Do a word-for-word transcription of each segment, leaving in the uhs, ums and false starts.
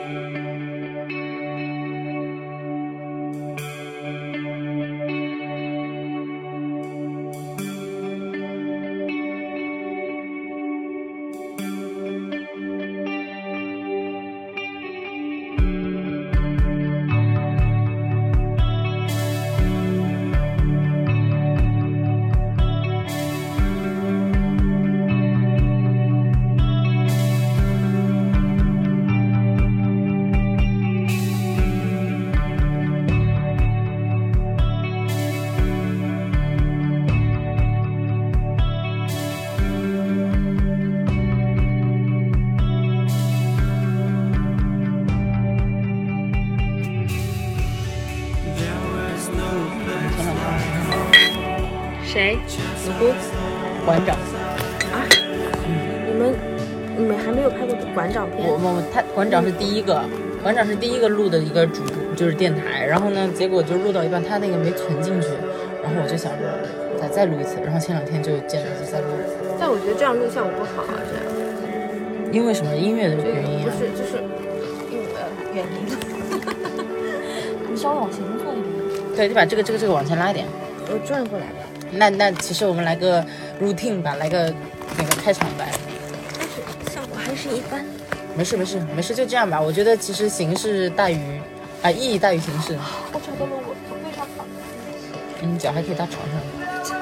谁？누구？ 馆长啊？你们你们还没有拍过馆长片？ 我我他馆长是第一个，馆长是第一个录的一个主就是电台，然后呢，结果就录到一半，他那个没存进去，然后我就想着再再录一次，然后前两天就见了就再录一次。 但我觉得这样录效果不好啊，这样。 因为什么音乐的原因啊？ 不是，就是因为呃原因。 你稍微往前坐一点。 对，你把这个这个这个往前拉一点。 我转过来吧。 那那其实我们来个 routine 吧，来个那个开场白。 但是效果还是一般。 没事没事没事，就这样吧。我觉得其实形式大于啊、呃、意义大于形式。 我觉得我我非常好。 嗯，脚还可以搭床上。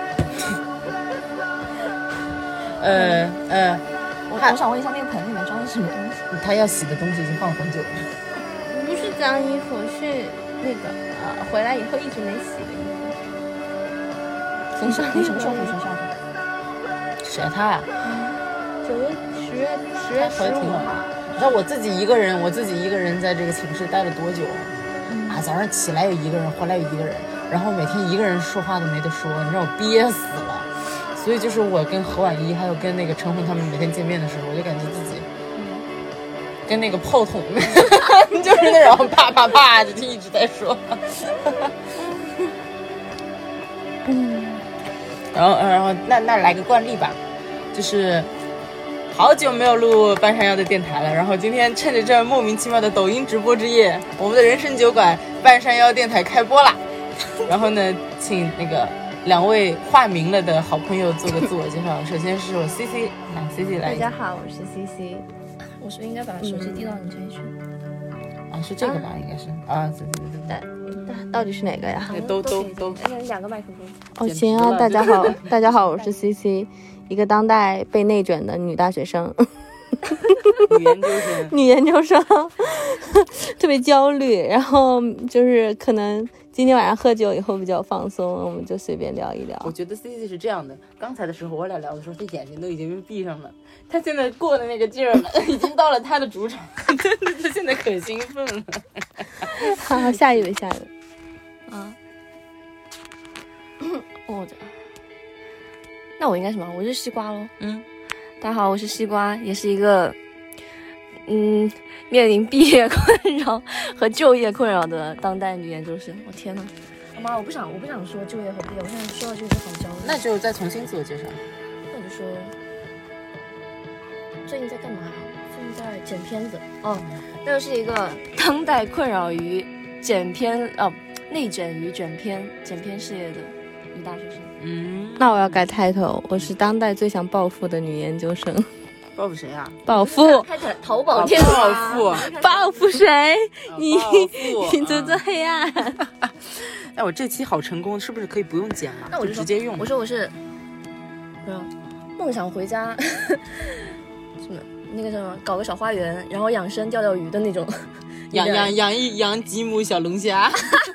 呃呃， 我我想问一下，那个盆里面装的是什么东西？ 他要洗的东西已经放很久了。 不是脏衣服，是那个呃回来以后一直没洗的衣服。 你什你什么时候回学校的？ 谁他呀、 啊？九月十月十月十五号。 你知道我自己一个人，我自己一个人在这个寝室待了多久？嗯、啊，早上起来有一个人，回来有一个人，然后每天一个人说话都没得说，你让我憋死了。所以就是我跟何婉一还有跟那个陈红他们每天见面的时候，我就感觉自己跟那个炮筒就是那种啪啪啪就一直在说。嗯，然后然后那那来个惯例吧，就是好久没有录半山腰的电台了，然后今天趁着这莫名其妙的抖音直播之夜，我们的人生酒馆半山腰电台开播啦。然后呢，请那个两位化名了的好朋友做个自我介绍。首先是我 C C， 来 C C 来。 大家好，我是 C C。 我是不是应该把手机递到你这里去？ 啊，是这个吧？啊、应该是啊，对对对对。到底是哪个呀？ 都都都。 两个麦克风。 哦，行啊，大家好，大家好，我是 C C， 一个当代被内卷的女大学生。 女研究生。 女研究生，特别焦虑，然后就是可能。今天晚上喝酒以后比较放松，我们就随便聊一聊。 我觉得 C C 是这样的，刚才的时候我俩聊的时候，他眼睛都已经闭上了，他现在过的那个劲儿了，已经到了他的主场，他现在可兴奋了。 好，好，下一位，下一位。 啊，我的，那我应该什么？我是西瓜咯。 嗯， 大家好，我是西瓜，也是一个嗯。面临毕业困扰和就业困扰的当代女研究生。我天哪，妈，我不想，我不想说就业和毕业，我现在说到这个就好焦虑。 那就再重新自我介绍。 那我就说，最近在干嘛？最近在剪片子。哦，那就是一个当代困扰于剪片哦内卷于卷片剪片事业的女大学生。 嗯， 那我要改 title， 我是当代最想暴富的女研究生。 报复谁啊？ 暴富！ 开始淘宝店暴富， 报复谁？你你走走黑暗。 哎，我这期好成功，是不是可以不用剪了？ 那我就直接用。 我说我是，不是梦想回家，什么那个什么，搞个小花园，然后养生钓钓鱼的那种， 养养养一养几亩小龙虾。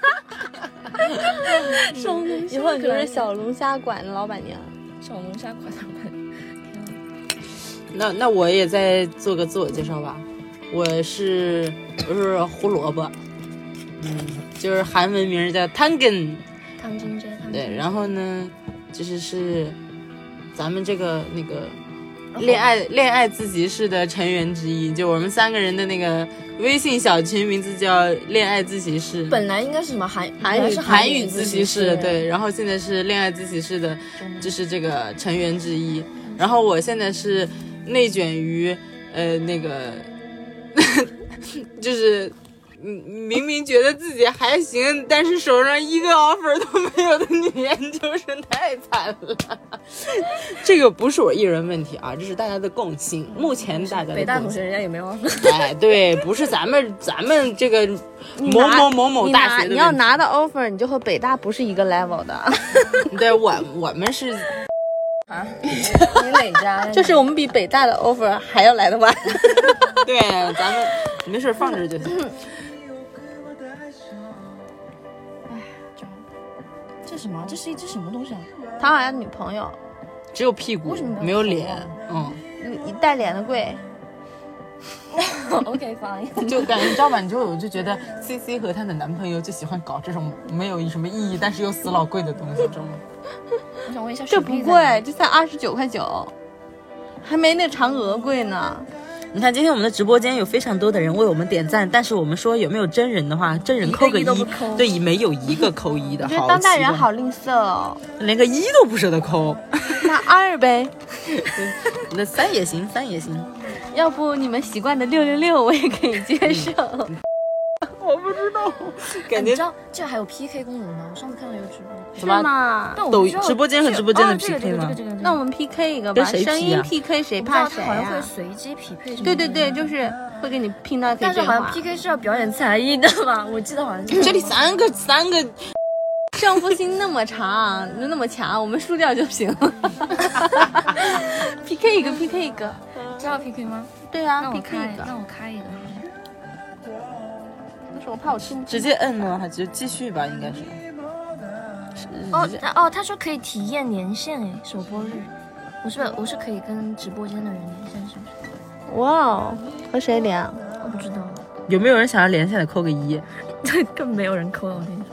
以后你就是小龙虾馆的老板娘。 小龙虾馆的老板娘。 那那我也再做个自我介绍吧，我是我是胡萝卜，嗯，就是韩文名叫汤根， 汤金珍， 对，然后呢，就是是咱们这个那个恋爱恋爱自习室的成员之一，就我们三个人的那个微信小群名字叫恋爱自习室， 本来应该是什么韩韩语韩语自习室，对，然后现在是恋爱自习室的，就是这个成员之一，然后我现在是。内卷于呃那个就是明明觉得自己还行，但是手上一个 offer 都没有的女研究生太惨了。这个不是我一人问题啊，这是大家的共性。目前大家的北大同学人家也没 offer。 哎，对，不是咱们咱们这个某某某某大学的问题。 你要拿到 offer， 你就和北大不是一个 level 的。 对，我我们是。 啊，你哪家？ 就是我们比北大的 offer 还要来得晚。 对，咱们没事放着就行。 哎，这这什么？这是一只什么东西啊？ 他好像女朋友， 只有屁股，没有脸。嗯， 一带脸的贵。 OK fine。 就感觉你知道吧？你就我就觉得 C C 和她的男朋友就喜欢搞这种没有什么意义，但是又死老贵的东西，知道吗？ 我想问一下， 这不贵，这才二十九块九，还没那嫦娥贵呢。 你看今天我们的直播间有非常多的人为我们点赞，但是我们说有没有真人的话，真人扣个一，对，没有一个扣一的。 我觉得当代人好吝啬哦， 连个一都不舍得扣。 那二呗， 那三也行，三也行。 要不你们习惯的六六六我也可以接受。 嗯我不知道，感觉、 你知道这还有 P K 功能吗？我上次看到有直播， 什么？抖直播间和直播间的 P K 吗？ 那我们 P K 一个吧，声音 P K 谁怕谁啊？ 好像会随机匹配什么？ 对对对，就是会给你拼到可以对话。 但是好像 P K 是要表演才艺的吧？我记得好像是。 这里三个三个。 胜负心那么长，那么强，我们输掉就行了。P K 一个 ，P K 一个， 这要 P K 吗？ 对啊， 那我 P K 一个， 那我开一个。 但是我怕我听直接摁呢，还是继续吧？应该是。 哦哦，他说可以体验连线诶，首播日，我是我是可以跟直播间的人连线，是不是？ 哇哦，和谁连？ 我不知道。 有没有人想要连线的扣个一？ 更没有人扣了，我跟你说。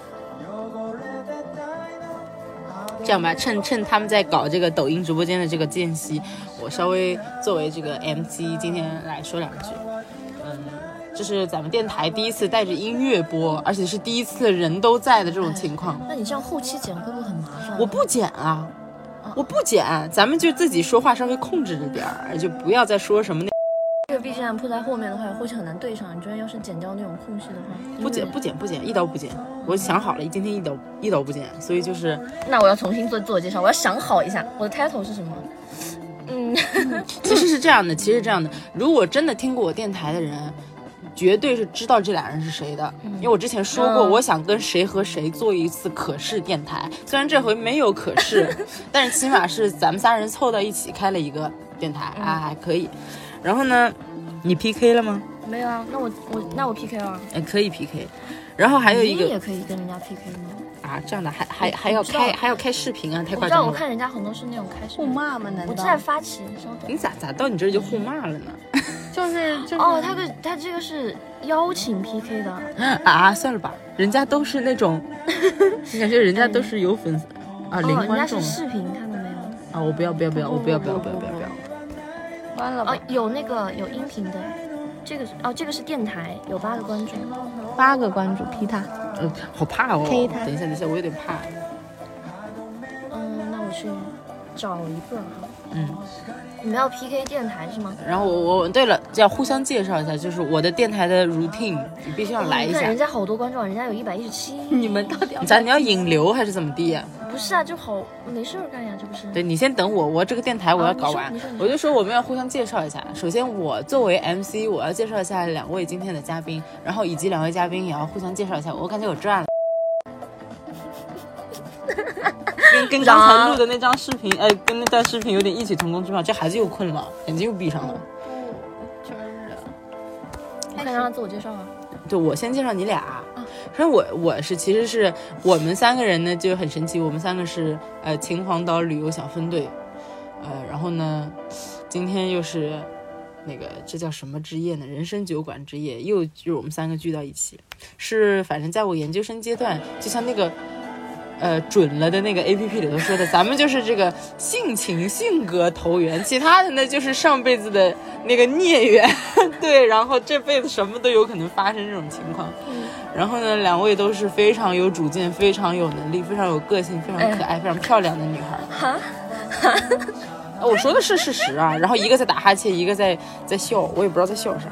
这样吧，趁趁他们在搞这个抖音直播间的这个间隙，我稍微作为这个 M C 今天来说两句。嗯，这是咱们电台第一次带着音乐播，而且是第一次人都在的这种情况。 那你这样后期剪会不会很麻烦？ 我不剪啊，我不剪，咱们就自己说话稍微控制着点儿，就不要再说什么那。 这个 B G M 铺在后面的话，后期很难对上。你觉得要是剪掉那种空隙的话， 不剪不剪不剪，一刀不剪。我想好了，今天一刀一刀不剪，所以就是。 那我要重新做自我介绍，我要想好一下我的 title 是什么。嗯， 其实是这样的，其实是这样的。如果真的听过我电台的人，绝对是知道这俩人是谁的，因为我之前说过，我想跟谁和谁做一次可视电台。虽然这回没有可视，但是起码是咱们仨人凑到一起开了一个电台啊，还可以。然后呢，你 P K 了吗？ 没有啊，那我我那我 P K 了。 哎，可以 P K。然后还有一个， 你也可以跟人家 P K 吗？ 啊，这样的还还还要开还要开视频啊，太夸张了。 我看人家很多是那种开视频互骂吗？难道？ 我在发起，稍等。 你咋咋到你这儿就互骂了呢？ 就是就是哦，他个他这个是邀请 P K 的啊，算了吧，人家都是那种，你感觉人家都是有粉丝啊，零观众。 人家是视频，看到没有？ 啊，我不要不要不要，我不要不要不要不要不要。 完了吧？ 哦，有那个有音频的，这个是哦，这个是电台，有八个关注， 八个关注 P 他， 嗯，好怕哦。 K 他， 等一下等一下，我有点怕。 嗯，那我去找一个哈。 嗯。 你们要 P K 电台是吗？ 然后我我对了，要互相介绍一下，就是我的电台的 routine， 你必须要来一下。 哦、人家好多观众，人家有一百一十七， 你们到底要咋？你要引流还是怎么地呀、 啊？不是啊，就好没事干呀，这不是？ 对，你先等我，我这个电台我要搞完， 啊、 我就说我们要互相介绍一下。首先，我作为 M C， 我要介绍一下两位今天的嘉宾，然后以及两位嘉宾也要互相介绍一下。我感觉我赚了。跟跟刚才录的那张视频，哎，跟那段视频有点异曲同工之妙。这孩子又困了，眼睛又闭上了。 真的。 我可以让他自我介绍啊。 对，我先介绍你俩。所以我我是其实是我们三个人呢就很神奇，我们三个是呃秦皇岛旅游小分队，呃，然后呢，今天又是那个这叫什么之夜呢？人生酒馆之夜，又就是我们三个聚到一起，是反正在我研究生阶段，就像那个。呃，准了的那个 A P P 里头说的，咱们就是这个性情性格投缘，其他的呢就是上辈子的那个孽缘，对，然后这辈子什么都有可能发生这种情况。然后呢，两位都是非常有主见、非常有能力、非常有个性、非常可爱、非常漂亮的女孩。 哈， 我说的是事实啊。然后一个在打哈欠，一个在在笑，我也不知道在笑啥。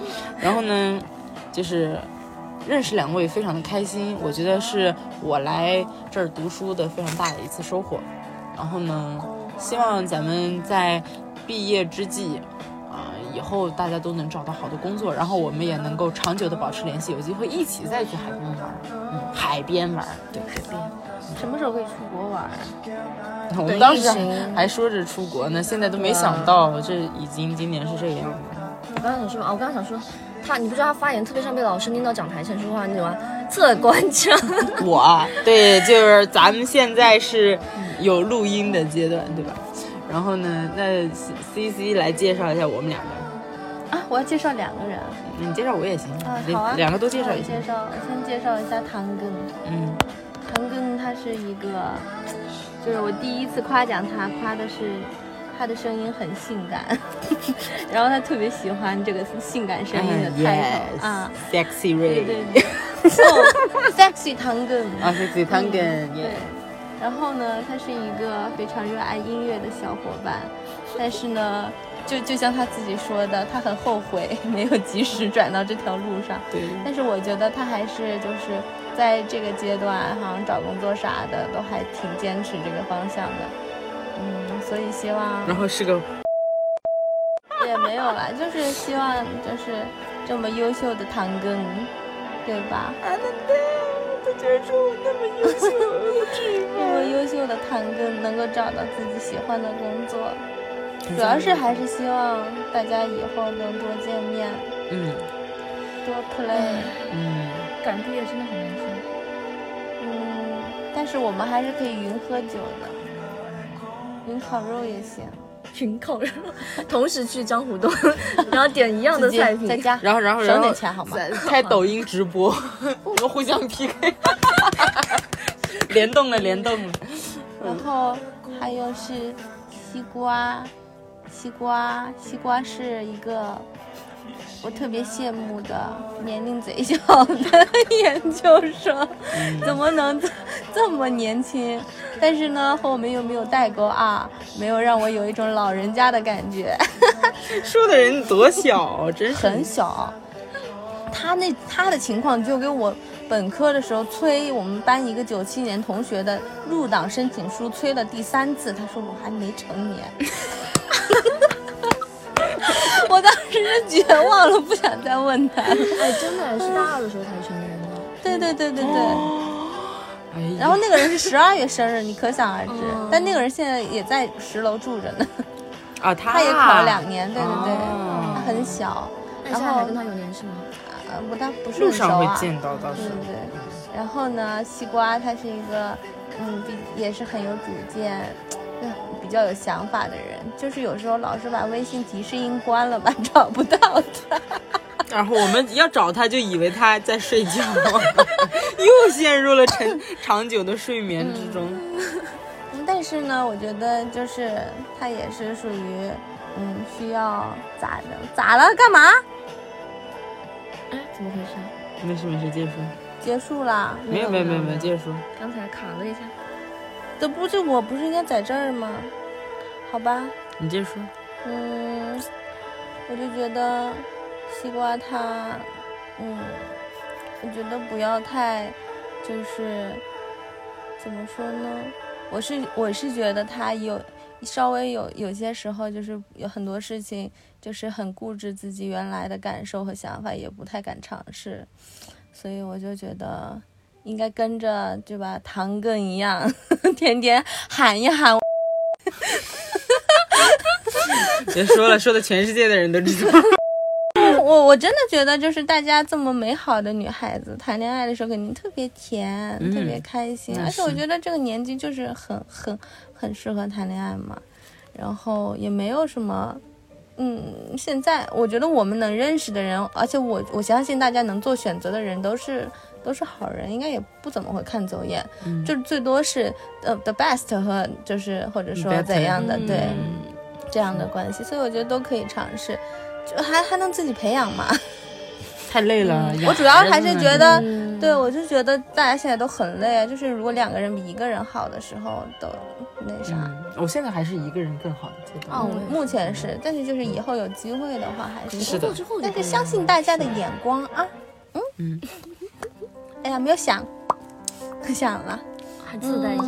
然后呢，就是认识两位非常的开心，我觉得是我来这儿读书的非常大的一次收获。然后呢，希望咱们在毕业之际啊、呃，以后大家都能找到好的工作，然后我们也能够长久的保持联系，有机会一起再去海边玩。嗯，海边玩，对，海边。 什么时候可以出国玩？ 我们当时还说着出国呢，现在都没想到，这已经今年是这个样子。 我刚刚想说啊，我刚刚想说，他你不知道他发言特别像被老师拎到讲台前说话那种啊，侧观腔。 我对，就是咱们现在是有录音的阶段，对吧？然后呢，那 C C 来介绍一下我们两个。 啊，我要介绍两个人。 你介绍我也行啊，好啊， 两个都介绍一下。 介绍，先介绍一下唐根。 嗯， 唐根他是一个，就是我第一次夸奖他，夸的是他的声音很性感，然后他特别喜欢这个性感声音的态度、uh, yes, 啊 ，sexy Ray， 对对对，哦 ，sexy 唐根啊 ，sexy 唐根， 对。然后呢，他是一个非常热爱音乐的小伙伴，但是呢。就就像他自己说的，他很后悔没有及时转到这条路上。 对。 但是我觉得他还是就是在这个阶段，好像找工作啥的都还挺坚持这个方向的。嗯，所以希望。 然后是个。 也没有啦，就是希望就是这么优秀的唐根，对吧？ 啊，那他居然说我那么优秀， 这么优秀的唐根能够找到自己喜欢的工作。主要是还是希望大家以后能多见面， 嗯， 多 play， 嗯， 赶毕业真的很难受，嗯，但是我们还是可以云喝酒的，云烤肉也行， 云烤肉，同时去江湖东，然后点一样的菜品， 在家， 然后然后然后省点钱好吗？ 开抖音直播，我们互相 P K， 联动了联动了， 然后还有是西瓜。西瓜，西瓜是一个我特别羡慕的年龄贼小的研究生，嗯、怎么能这么年轻？但是呢，和我们又没有代沟啊，没有让我有一种老人家的感觉。 说的人多小，真是很小。他那他的情况就给我本科的时候催我们班一个九七年同学的入党申请书催了第三次，他说我还没成年。我当时是绝望了，不想再问他。 哎，真的是大二的时候才成年的。 对对对对对。哦、然后那个人是十二月生日，你可想而知。哦、但那个人现在也在十楼住着呢。 啊，他他也考了两年，对对对，哦、他很小。 然后还跟他有联系吗？ 呃，不，他不是路上会见到，倒是。 对对对。然后呢，西瓜他是一个，嗯，比也是很有主见。比较有想法的人，就是有时候老是把微信提示音关了吧，找不到他。 然后我们要找他，就以为他在睡觉，又陷入了长长久的睡眠之中。 嗯、但是呢，我觉得就是他也是属于，嗯，需要咋的？咋了？干嘛？ 哎，怎么回事？ 没事没事，结束。 结束了。 没有没有没有没有结束。 刚才卡了一下。 这不就我不是应该在这儿吗？好吧， 你接着说。 嗯，我就觉得西瓜它，嗯，我觉得不要太，就是怎么说呢？我是我是觉得他有稍微有有些时候就是有很多事情就是很固执自己原来的感受和想法，也不太敢尝试，所以我就觉得。应该跟着对吧，唐根一样，天天喊一喊。 别说了，说的全世界的人都知道。 我我真的觉得，就是大家这么美好的女孩子谈恋爱的时候，肯定特别甜，嗯、特别开心。而且我觉得这个年纪就是很很很适合谈恋爱嘛。然后也没有什么，嗯，现在我觉得我们能认识的人，而且我我相信大家能做选择的人都是。都是好人，应该也不怎么会看走眼，嗯、就最多是呃 the best 和就是或者说怎样的、嗯、对、嗯、这样的关系，所以我觉得都可以尝试，就还还能自己培养嘛。 太累了、 嗯、我主要还是觉得对，我就觉得大家现在都很累啊，就是如果两个人比一个人好的时候都那啥、 嗯、我现在还是一个人更好的阶段。 哦，目前是，但是就是以后有机会的话还是是的， 但是相信大家的眼光啊。嗯嗯，哎呀，没有想想了， 还自带一下，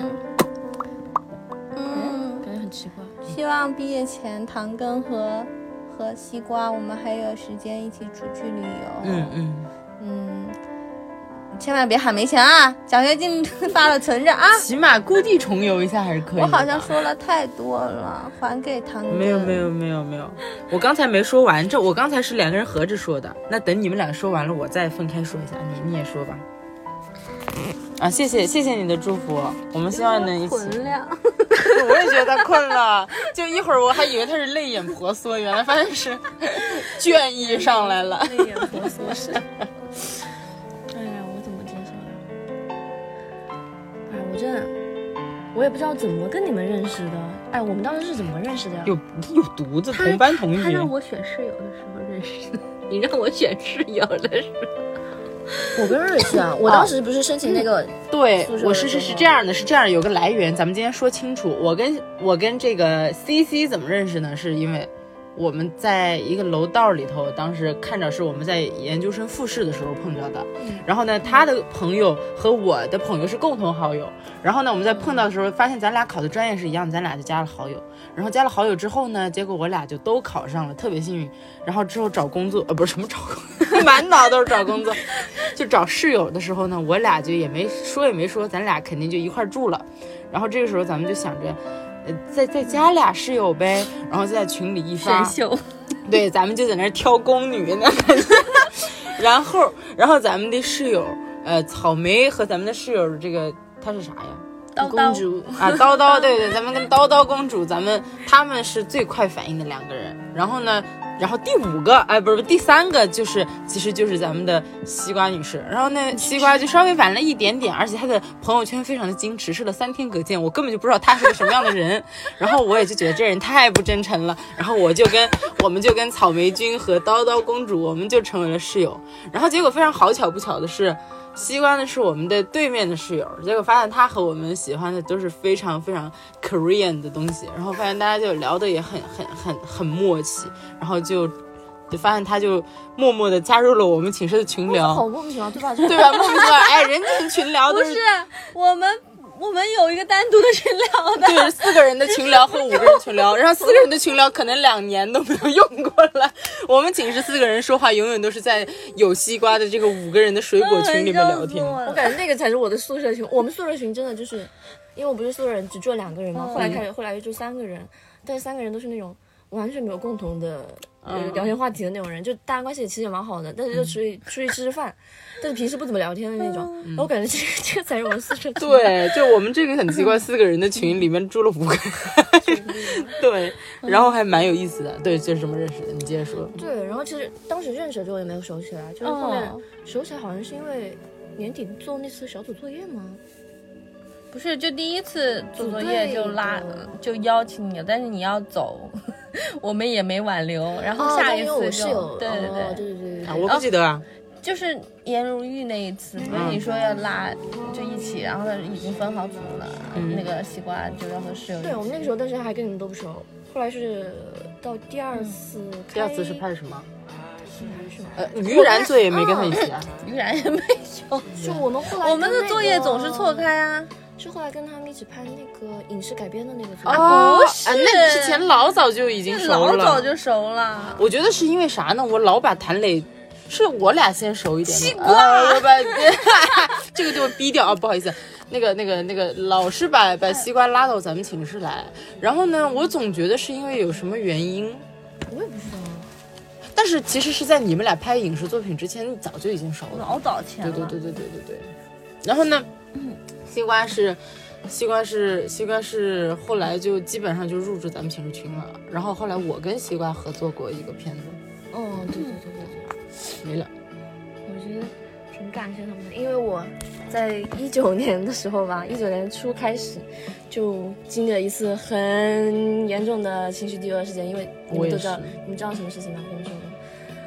嗯， 感觉很奇怪。 希望毕业前唐根和和西瓜我们还有时间一起出去旅游。 嗯嗯嗯，千万别喊没钱啊！奖学金发了存着啊！ 起码故地重游一下还是可以的。 我好像说了太多了，还给唐根。 没有没有没有没有，我刚才没说完，这我刚才是两个人合着说的。那等你们俩说完了，我再分开说一下。你你也说吧。啊，谢谢谢谢你的祝福，我们希望能一起。 困了， 我也觉得困了，就一会儿我还以为他是泪眼婆娑，原来发现是倦意上来了。 泪眼婆娑是。哎呀，我怎么接受呀？哎，我真的，我也不知道怎么跟你们认识的。哎，我们当时是怎么认识的呀？ 有有犊子，同班同学。 他让我选室友的时候认识的，你让我选室友的时候。 我跟瑞是啊，我当时不是申请那个、嗯、 对，我是是是这样的，是这样有个来源，咱们今天说清楚。我跟我跟这个 C C 怎么认识呢？是因为我们在一个楼道里头，当时看着是我们在研究生复试的时候碰着的。嗯、然后呢，他的朋友和我的朋友是共同好友。然后呢，我们在碰到的时候，发现咱俩考的专业是一样，咱俩就加了好友。然后加了好友之后呢，结果我俩就都考上了，特别幸运。然后之后找工作，呃，不是什么找工作，满脑都是找工作。就找室友的时候呢，我俩就也没说也没说，咱俩肯定就一块住了。然后这个时候咱们就想着，呃，再再加俩室友呗。然后在群里一发， 选秀， 对，咱们就在那挑宫女那感觉。然后，然后咱们的室友，呃，草莓和咱们的室友这个她是啥呀？ 叨叨公主啊，叨叨，对对，咱们跟叨叨公主，咱们他们是最快反应的两个人。然后呢，然后第五个，哎，不是第三个，就是其实就是咱们的西瓜女士。然后呢，西瓜就稍微晚了一点点，而且她的朋友圈非常的矜持，试了三天可见，我根本就不知道她是个什么样的人。然后我也就觉得这人太不真诚了。然后我就跟我们就跟草莓君和叨叨公主，我们就成为了室友。然后结果非常好巧不巧的是，西瓜呢是我们的对面的室友，结果发现他和我们喜欢的都是非常非常 Korean 的东西，然后发现大家就聊得也很很很很默契，然后就就发现他就默默的加入了我们寝室的群聊， 好莫名其妙，对吧？ 对吧？莫名其妙，哎，人家群聊都是， 不是我们。我们有一个单独的群聊的， 对，四个人的群聊和五个人群聊，然后四个人的群聊可能两年都没有用过了。我们寝室四个人说话永远都是在有西瓜的这个五个人的水果群里面聊天。 我感觉那个才是我的宿舍群，我们宿舍群真的就是，因为我不是宿舍人只住了两个人嘛，后来开始后来又住三个人，但是三个人都是那种完全没有共同的、呃、聊天话题的那种人，就大家关系其实也蛮好的，但是就出去、嗯、出去吃吃饭。但是平时不怎么聊天的那种，嗯、我感觉这个这个才是我们宿舍群。 对，就我们这个很奇怪，四个人的群里面住了五个人，对，然后还蛮有意思的。对，这是怎么认识的？你接着说。 对，然后其实当时认识之后也没有熟起来，就是后面熟起来好像是因为年底做那次小组作业吗？ 不是，就第一次做作业就拉就邀请你，但是你要走，我们也没挽留。然后下一次就、 哦、 对对对、 哦、对对对对、 啊，我不记得啊。 就是颜如玉那一次，不是你说要拉就一起，然后已经分好组了，嗯、那个西瓜就要和室友。 对，我们那个时候但是还跟你们都不熟，后来是到第二次、嗯， 第二次是拍什么？ 是呃，于然作业没跟他一起啊？ 于然也没有， 就我们后来、那个、 我们的作业总是错开啊。 是后来跟他们一起拍那个影视改编的那个作业啊，不是，啊、那之前老早就已经熟了， 老早就熟了。 我觉得是因为啥呢？我老把谭磊，是我俩先熟一点的。 西瓜， 呃、我把这个就逼掉啊，不好意思。那个、那个、那个，老是把把西瓜拉到咱们寝室来，然后呢，我总觉得是因为有什么原因， 我也不知道。 但是其实是在你们俩拍影视作品之前，早就已经熟了， 老早前了。 对对对对对对对。然后呢？嗯西瓜是，西瓜是西瓜是后来就基本上就入驻咱们寝室群了。然后后来我跟西瓜合作过一个片子。 哦，对对对对对。没了。 我觉得挺感谢他们的，因为我在一九年的时候吧，一九年初开始就经历了一次很严重的情绪低落事件，因为你们都知道，你们知道什么事情吗？跟你说。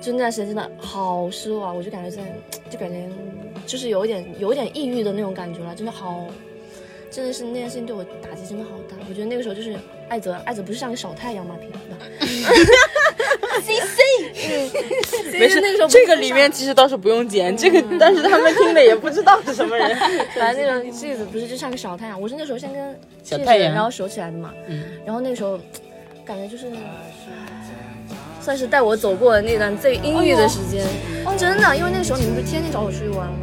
就那段时间真的好失望，我就感觉在就感觉就是有一点有一点抑郁的那种感觉了，真的好，真的是那件事情对我打击真的好大。我觉得那个时候就是艾泽，艾泽不是像个小太阳吗？平的。C C， 没事， 那个时候这个里面其实倒是不用剪，嗯、这个但是他们听的也不知道是什么人。 反正那个句子不是就像个小太阳，我是那时候先跟小太阳然后熟起来的嘛， 嗯， 然后那个时候感觉就是算是带我走过的那段最阴郁的时间，哦、真的，因为那个时候你们不是天天找我出去玩吗？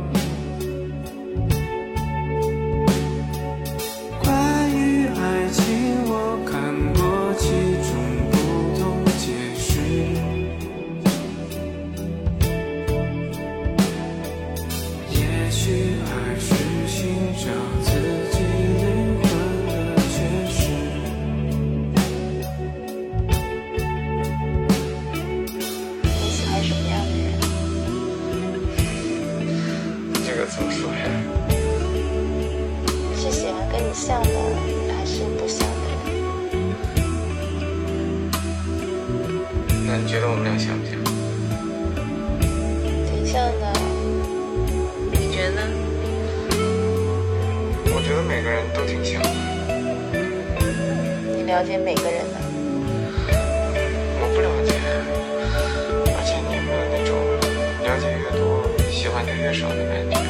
关于爱情，我看过其中不同解释，也许还是寻找自己灵魂的缺失。 你喜欢什么样的人？ 这个怎么说呀？ 是喜欢跟你像的，还是不像的人？ 那你觉得我们俩像不像？ 挺像的。你觉得？ 我觉得每个人都挺像的。 你了解每个人吗？ 我不了解，而且你有没有那种了解越多，喜欢就越少的感觉？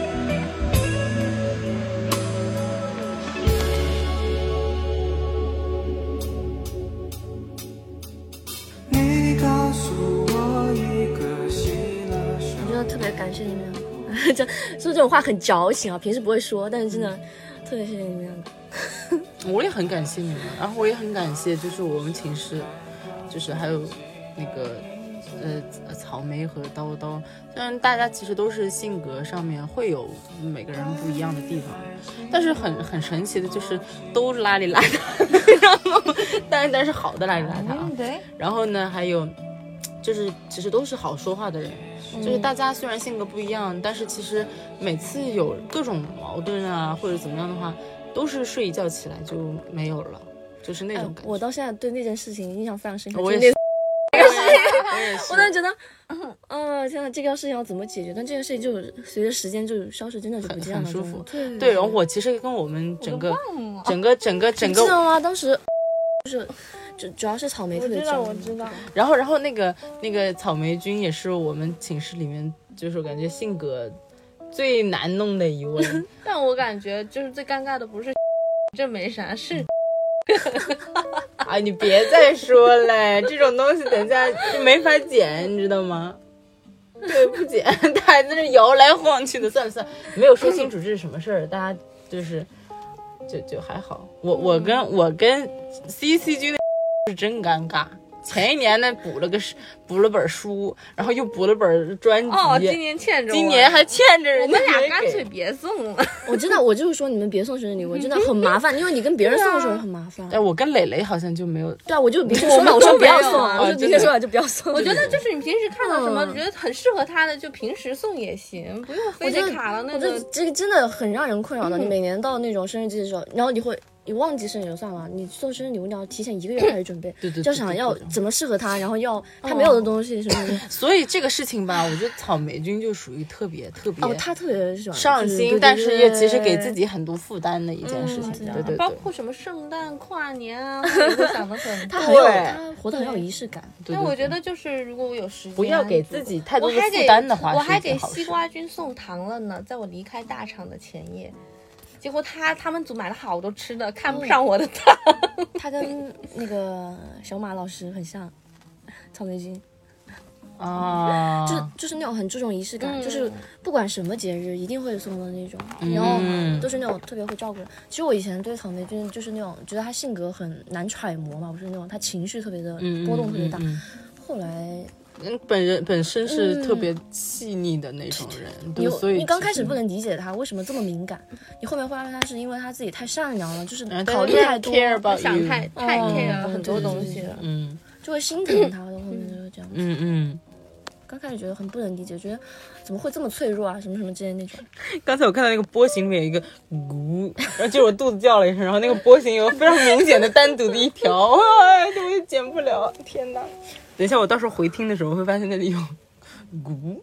你告诉我一个希腊小我真的特别感谢你们两个，这说这种话很矫情啊，平时不会说，但是真的特别谢谢你们两个。 我也很感谢你们，然后我也很感谢，就是我们寝室，就是还有那个呃草莓和叨叨，虽然大家其实都是性格上面会有每个人不一样的地方，但是很很神奇的就是都邋里邋遢，然后但是但是好的邋里邋遢啊， 对。 然后呢还有就是其实都是好说话的人。就是大家虽然性格不一样，但是其实每次有各种矛盾啊或者怎么样的话，都是睡一觉起来就没有了，就是那种感觉。 哎、我到现在对那件事情印象非常深刻。 我也是， 这个事情， 我也是， 我当时觉得，嗯、呃，现在这个事情要怎么解决？但这个事情就随着时间就消失，真的就不见了， 很舒服。 对对，然后我其实跟我们整个整个整个整个， 你知道吗？当时就是主主要是草莓特别重， 我知道。 然后然后那个那个草莓君也是我们寝室里面，就是感觉性格最难弄的一位。 但我感觉就是最尴尬的不是这没啥，是啊，你别再说了，这种东西等一下就没法剪，你知道吗？对，不剪，他还在这摇来晃去的，算了算了，没有说清楚这是什么事儿，大家就是就就还好。我我跟我跟 C C 君的是真尴尬。前一年呢补了个补了本书，然后又补了本专辑。 哦，今年欠着我， 今年还欠着人家。 我们俩干脆别送了。 我真的，我就是说你们别送生日礼物，真的很麻烦，因为你跟别人送的时候很麻烦。 哎，我跟磊磊好像就没有。 对啊，我就明确说了，我说不要送，我说明确说了就不要送。 我觉得就是你平时看到什么觉得很适合他的，就平时送也行，不用非得卡了那个。 我这这个真的很让人困扰的。你每年到那种生日季的时候，然后你会。你忘记生日就算了，你送生日礼物你要提前一个月开始准备， 对对， 就想要怎么适合他，然后要他没有的东西什么的。 所以这个事情吧，我觉得草莓君就属于特别特别哦，他特别喜欢上心，但是也其实给自己很多负担的一件事情，对对， 包括什么圣诞、跨年啊，也会想得很。 他很有，他活得很有仪式感。 但我觉得就是如果我有时间， 不要给自己太多的负担的话， 我还给西瓜君送糖了呢，在我离开大厂的前夜。结果他他们组买了好多吃的，看不上我的糖。 他跟那个小马老师很像，草莓君啊， 就就是那种很注重仪式感，嗯、就是不管什么节日一定会送的那种，嗯、然后都是那种特别会照顾人。其实我以前对草莓君就是那种觉得他性格很难揣摩嘛，不是那种他情绪特别的波动特别大，嗯嗯嗯、后来。 嗯，本人本身是特别细腻的那种人，嗯、对，所以你刚开始不能理解他为什么这么敏感，你后面会发现他是因为他自己太善良了，就是考虑太多， 想太太 care 了很多东西了， 嗯， 就会心疼他的，后面就是这样子， 嗯嗯。 刚开始觉得很不能理解，觉得怎么会这么脆弱啊，什么什么之类那种。 刚才我看到那个波形里面有一个咕，然后就是我肚子叫了一声，然后那个波形有非常明显的单独的一条，哎，就我也剪不了，天哪！ 等一下我到时候回听的时候会发现那里有咕。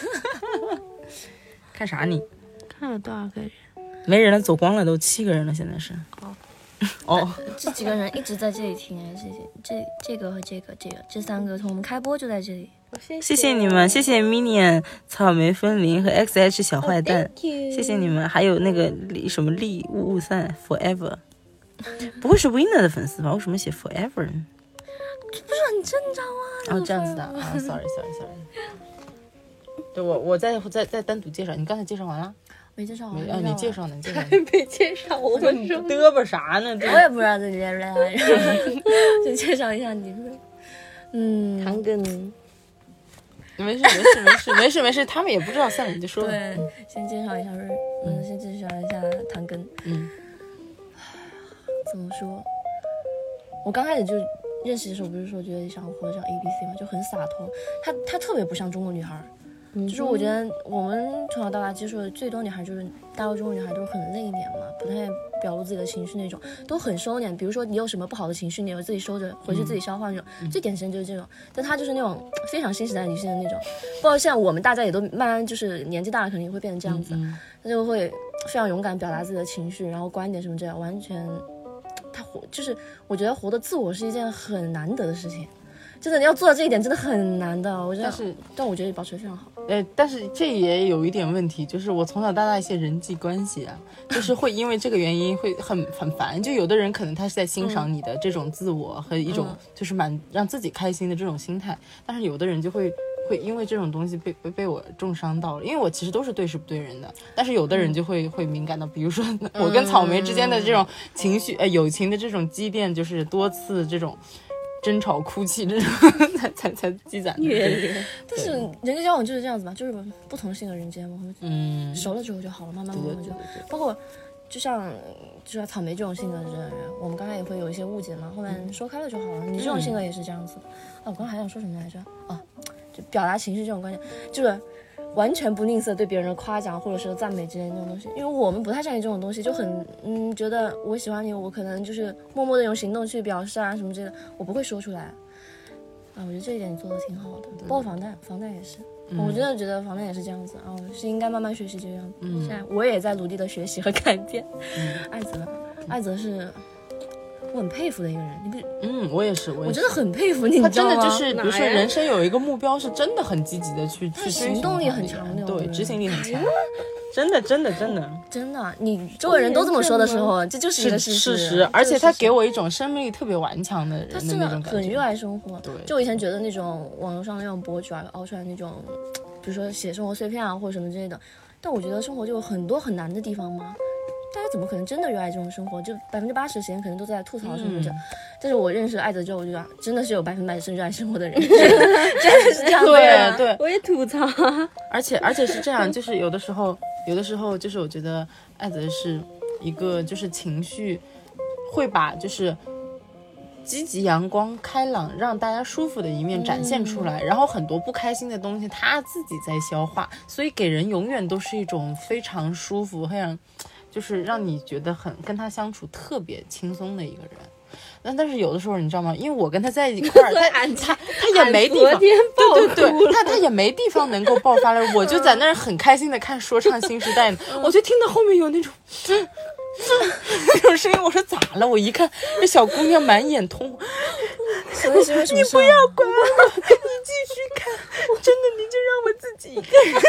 看啥你？ 看了多少个人？ 没人了，走光了，都七个人了，现在是。 哦， 哦， 这几个人一直在这里听哎，这这这个和这个这个这三个从我们开播就在这里。 谢谢你们，谢谢 Minion 草莓风铃和 X H 小坏蛋， Oh, thank you 谢谢你们，还有那个李什么利雾雾散 Forever， 不会是 Winner 的粉丝吧？为什么写 Forever 呢？ 这不是很正常啊？ 哦，这样子的啊 ，sorry sorry sorry。对我我再再再单独介绍，你刚才介绍完了？ 没介绍完。 没啊，你介绍呢？你介绍呢？ 没介绍我们说嘚啵啥呢？ 我也不知道这些人，就介绍一下你们。嗯， 唐根。 没事没事没事没事没事，他们也不知道，算了，你就说吧。 对，先介绍一下瑞，嗯，先介绍一下唐根。 嗯， 怎么说？我刚开始就认识的时候，不是说觉得想活得像 A B C 嘛，就很洒脱。她她特别不像中国女孩。就是我觉得我们从小到大接触的最多女孩，就是大陆中国女孩都是很内敛嘛，不太表露自己的情绪那种，都很收敛。比如说你有什么不好的情绪，你有自己收着，回去自己消化那种，嗯、最典型就是这种。但她就是那种非常新时代女性的那种，包括像我们大家也都慢慢就是年纪大了，肯定也会变成这样子，嗯嗯、她就会非常勇敢表达自己的情绪，然后观点什么这样，完全她活就是我觉得活得自我是一件很难得的事情。真的，你要做到这一点真的很难的，我觉得。但是，但我觉得保持得非常好。 呃，但是这也有一点问题，就是我从小到大一些人际关系啊，就是会因为这个原因会很很烦。就有的人可能他是在欣赏你的这种自我和一种就是蛮让自己开心的这种心态，嗯、但是有的人就会会因为这种东西被被被我重伤到了。因为我其实都是对事不对人的，但是有的人就会、嗯、会敏感到，比如说我跟草莓之间的这种情绪，呃，友情的这种积淀，就是多次这种。争吵、哭泣这种才才才积攒的。 但是人际交往就是这样子嘛，就是不同性格人间嘛，嗯，熟了之后就好了，慢慢慢慢就。包括就像就像草莓这种性格的人，我们刚才也会有一些误解嘛，后面说开了就好了。你这种性格也是这样子的。哦，我刚才还想说什么来着？哦，就表达情绪这种观念，就是完全不吝啬对别人的夸奖或者是赞美之类的那种东西，因为我们不太善于这种东西，就很嗯觉得我喜欢你，我可能就是默默的用行动去表示啊什么之类的，我不会说出来啊。我觉得这一点你做的挺好的，包括房贷，房贷也是，嗯、我真的觉得房贷也是这样子啊，是应该慢慢学习这个样子。嗯，现在我也在努力的学习和改变。嗯，艾泽，艾泽是。我很佩服的一个人，你不？嗯， 我也是，我也是， 我真的很佩服你。 他真的就是，比如说人生有一个目标，是真的很积极的去去行动力很强的， 对，执行力很强。真的，真的，真的， 真的，你周围人都这么说的时候，这就是一个事实。事实，而且他给我一种生命力特别顽强的人的那种感觉。 很热爱生活。 对， 就我以前觉得那种网络上那种博主啊，熬出来那种，比如说写生活碎片啊或者什么之类的，但我觉得生活就有很多很难的地方嘛。大家怎么可能真的热爱这种生活？就百分之八十的时间可能都在吐槽什么的。嗯、但是我认识艾泽之后，我就觉得真的是有百分百是热爱生活的人，真的是这样的。 对对， 我也吐槽。 而且而且是这样，就是有的时候，有的时候就是我觉得艾泽是一个就是情绪会把就是积极阳光开朗让大家舒服的一面展现出来，嗯、然后很多不开心的东西他自己在消化，所以给人永远都是一种非常舒服非常就是让你觉得很跟他相处特别轻松的一个人。但但是有的时候你知道吗？因为我跟他在一块儿，他他他也没地方，对对对，他他也没地方能够爆发了。我就在那儿很开心的看说唱新时代呢，我就听到后面有那种那种声音，我说咋了？我一看这小姑娘满眼通红，你不要管我，你继续看，真的你就让我自己一个人。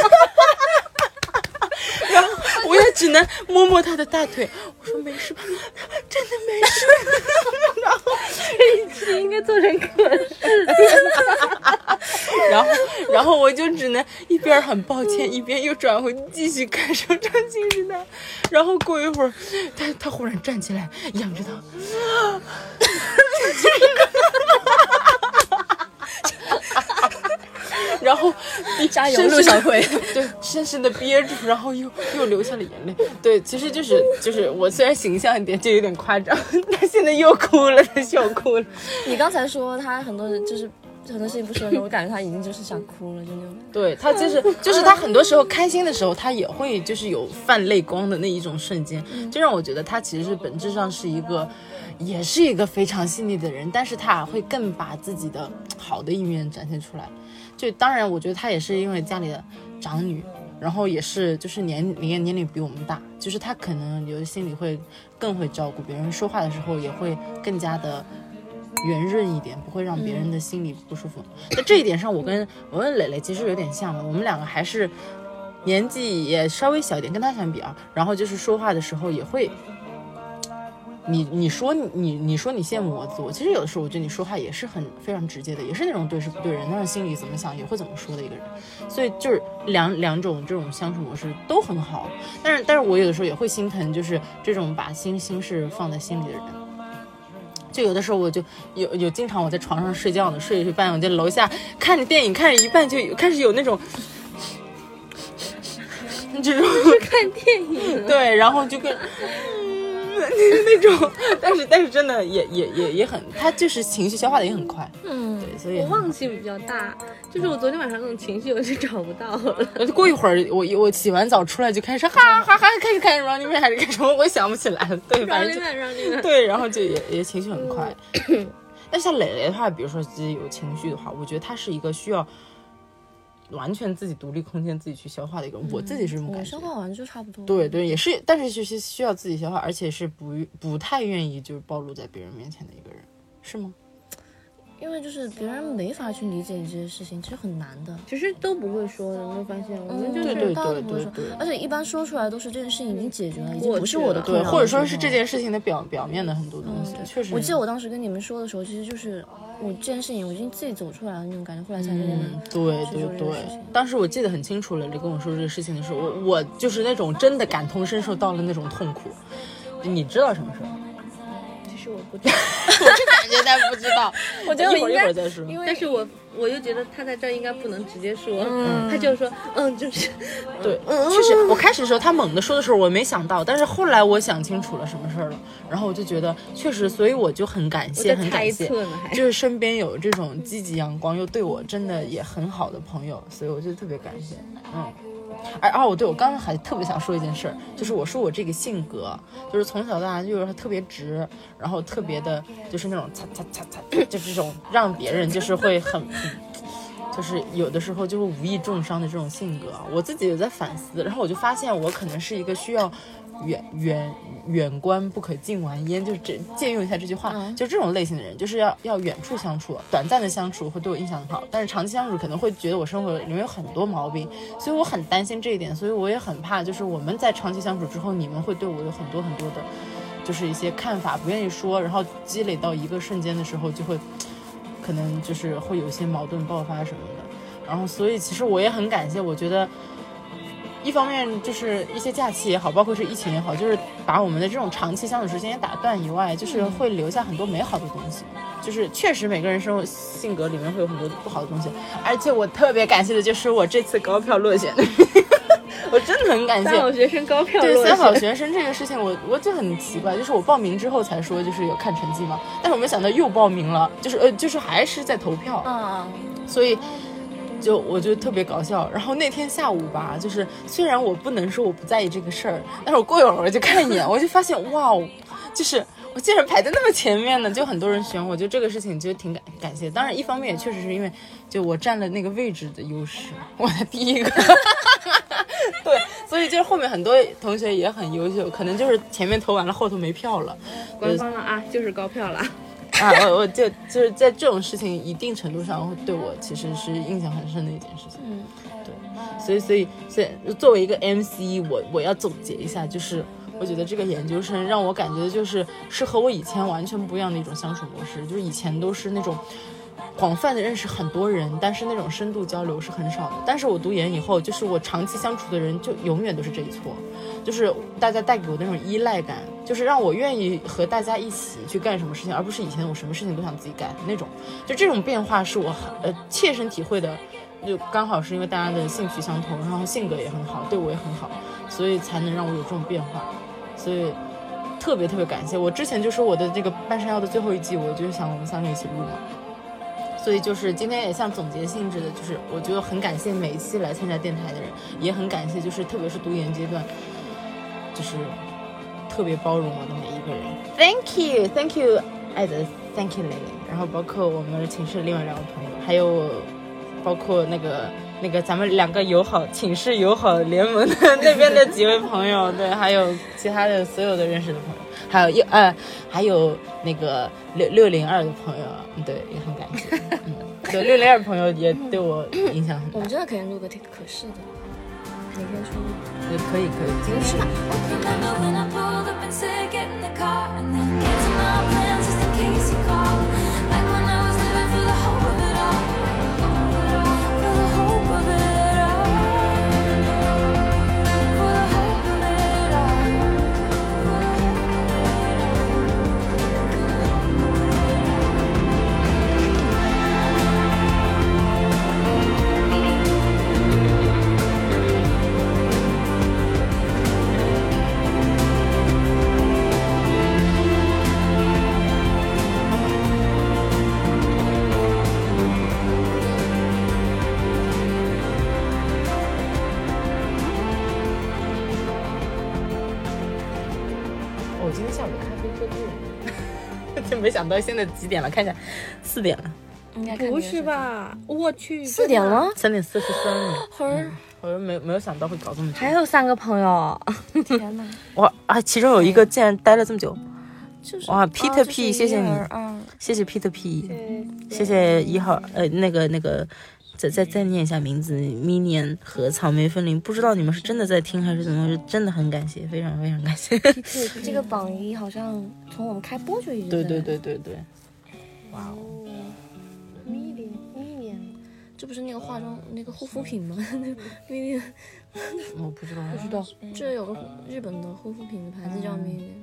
然后我也只能摸摸他的大腿，我说没事吧？真的没事。然后这一期应该做成可视然后然后我就只能一边很抱歉，一边又转回继续看说唱新时代。然后过一会儿，他他忽然站起来，仰着头。然后加油，陆小葵， 对，深深的憋住，然后又又流下了眼泪。对，其实就是就是我虽然形象一点，就有点夸张，他现在又哭了，他笑哭了。 你刚才说他很多就是很多事情不说的时候，我感觉他已经就是想哭了，就那种。 对他就是就是他很多时候开心的时候，他也会就是有泛泪光的那一种瞬间，就让我觉得他其实是本质上是一个，也是一个非常细腻的人，但是他会更把自己的好的一面展现出来。就当然，我觉得他也是因为家里的长女。然后也是，就是年龄年龄比我们大，就是他可能有的心里会更会照顾别人，说话的时候也会更加的圆润一点，不会让别人的心里不舒服。在、嗯、这一点上，我跟我跟磊磊其实有点像的，我们两个还是年纪也稍微小一点，跟他相比啊，然后就是说话的时候也会。你你说你你说你羡慕我自我，其实有的时候我觉得你说话也是很非常直接的，也是那种对事不对人，但是心里怎么想也会怎么说的一个人，所以就是两两种这种相处模式都很好。但是但是我有的时候也会心疼，就是这种把心心事放在心里的人。就有的时候我就有有经常我在床上睡觉呢，睡一睡半，我在楼下看着电影，看着一半就开始有那种。这种看电影， 对，然后就跟。那种，但是但是真的也也也也很，他就是情绪消化的也很快，嗯，对，所以我忘记比较大，就是我昨天晚上那种情绪我就找不到了。 过一会儿我我洗完澡出来就开始哈哈哈开始看 Running Man 还是干什么，我想不起来了，对，反正就对，然后就也也情绪很快。但是像磊磊的话，比如说自己有情绪的话，我觉得他是一个需要。完全自己独立空间自己去消化的一个人、嗯、我自己是这么感觉， 消化完就差不多。 对对，也是，但是就是需要自己消化，而且是不不太愿意就是暴露在别人面前的一个人，是吗？ 因为就是别人没法去理解你这些事情，其实很难的。 其实都不会说的，有没有发现？我们就是对大家都不会说，而且一般说出来都是这件事情已经解决了，已经不是我的困扰， 或者说是这件事情的表表面的很多东西。嗯、确实， 我记得我当时跟你们说的时候，其实就是我这件事情我已经自己走出来了那种感觉，后来才跟你们、 嗯、对对对。当时我记得很清楚了，你跟我说这个事情的时候，我我就是那种真的感同身受到了那种痛苦。你知道什么事儿？ 我不知道， 我是感觉他不知道。 我觉得我一会儿一会儿再说。 但是我我又觉得他在这儿应该不能直接说，嗯、他就说嗯就是， 对，嗯、确实，我开始的时候他猛地说的时候我没想到，但是后来我想清楚了什么事儿了，然后我就觉得确实，所以我就很感谢，很感谢，就是身边有这种积极阳光又对我真的也很好的朋友，所以我就特别感谢，嗯。哎哦，对，我刚刚还特别想说一件事儿，就是我说我这个性格，就是从小到大就是特别直，然后特别的，就是那种擦擦擦擦，就是这种让别人就是会很，就是有的时候就是无意重伤的这种性格，我自己有在反思，然后我就发现我可能是一个需要远远远观不可近玩焉，就是这借用一下这句话，嗯、就这种类型的人，就是要要远处相处，短暂的相处会对我印象很好，但是长期相处可能会觉得我生活里面有很多毛病，所以我很担心这一点，所以我也很怕，就是我们在长期相处之后，你们会对我有很多很多的，就是一些看法不愿意说，然后积累到一个瞬间的时候，就会可能就是会有一些矛盾爆发什么的，然后所以其实我也很感谢，我觉得。一方面就是一些假期也好，包括是疫情也好，就是把我们的这种长期相处时间也打断以外，就是会留下很多美好的东西。就是确实每个人生活性格里面会有很多不好的东西，而且我特别感谢的就是我这次高票落选，我真的很感谢。 三好学生高票落选。 对三好学生这个事情我，我我就很奇怪，就是我报名之后才说就是有看成绩嘛，但是我没想到又报名了，就是呃就是还是在投票，嗯，所以。就我觉得特别搞笑，然后那天下午吧，就是虽然我不能说我不在意这个事儿，但是我过一会儿就看一眼，我就发现哇哦，就是我竟然排在那么前面呢，就很多人选我，就这个事情就挺感感谢。当然一方面也确实是因为就我占了那个位置的优势，我的第一个对，所以就是后面很多同学也很优秀，可能就是前面投完了后头没票了， 官方了啊，就是高票了啊，我我就就是在这种事情一定程度上会对我其实是印象很深的一件事情。嗯，对，所以所以所以作为一个 M C， 我我要总结一下，就是我觉得这个研究生让我感觉就是是和我以前完全不一样的一种相处模式，就是以前都是那种广泛的认识很多人，但是那种深度交流是很少的。但是我读研以后，就是我长期相处的人就永远都是这一撮，就是大家带给我那种依赖感，就是让我愿意和大家一起去干什么事情，而不是以前我什么事情都想自己干那种。就这种变化是我呃切身体会的，就刚好是因为大家的兴趣相同，然后性格也很好，对我也很好，所以才能让我有这种变化。所以特别特别感谢。我之前就说我的这个半山腰的最后一季，我就想我们三个一起录嘛。 所以就是今天也像总结性质的，就是我觉得很感谢每一期来参加电台的人，也很感谢就是特别是读研阶段，就是特别包容我的每一个人。Thank you, thank you, 爱的 thank you 蕾蕾。然后包括我们寝室另外两个朋友，还有包括那个那个咱们两个友好寝室友好联盟的那边的几位朋友，对，还有其他的所有的认识的朋友，还有一呃还有那个六六零二的朋友，对，也很感谢。嗯，对，六零二朋友也对我影响很大。 我们真的可以录个可视的，哪天出？ 也可以可以，今天是吧？我今天下午的咖啡喝多了，就没想到现在几点了？看一下，四点了。 不是吧？我去， 四点了， 三点四十三了。 会儿， 我就没没有想到会搞这么久。 还有三个朋友， 天哪！ 哇啊！其中有一个竟然待了这么久。 就是哇 ，Peter 啊 P， 谢谢你， 嗯， 谢谢 Peter P， 谢谢一号呃那个那个。再再再念一下名字 ，Minion 和草莓风铃，不知道你们是真的在听还是怎么回事，真的很感谢，非常非常感谢。 这个榜一好像从我们开播就一直在。 对对对对对。哇哦 ，Minion Minion， 这不是那个化妆那个护肤品吗？那个 Minion， 我不知道， 不知道，这有个日本的护肤品的牌子叫 Minion。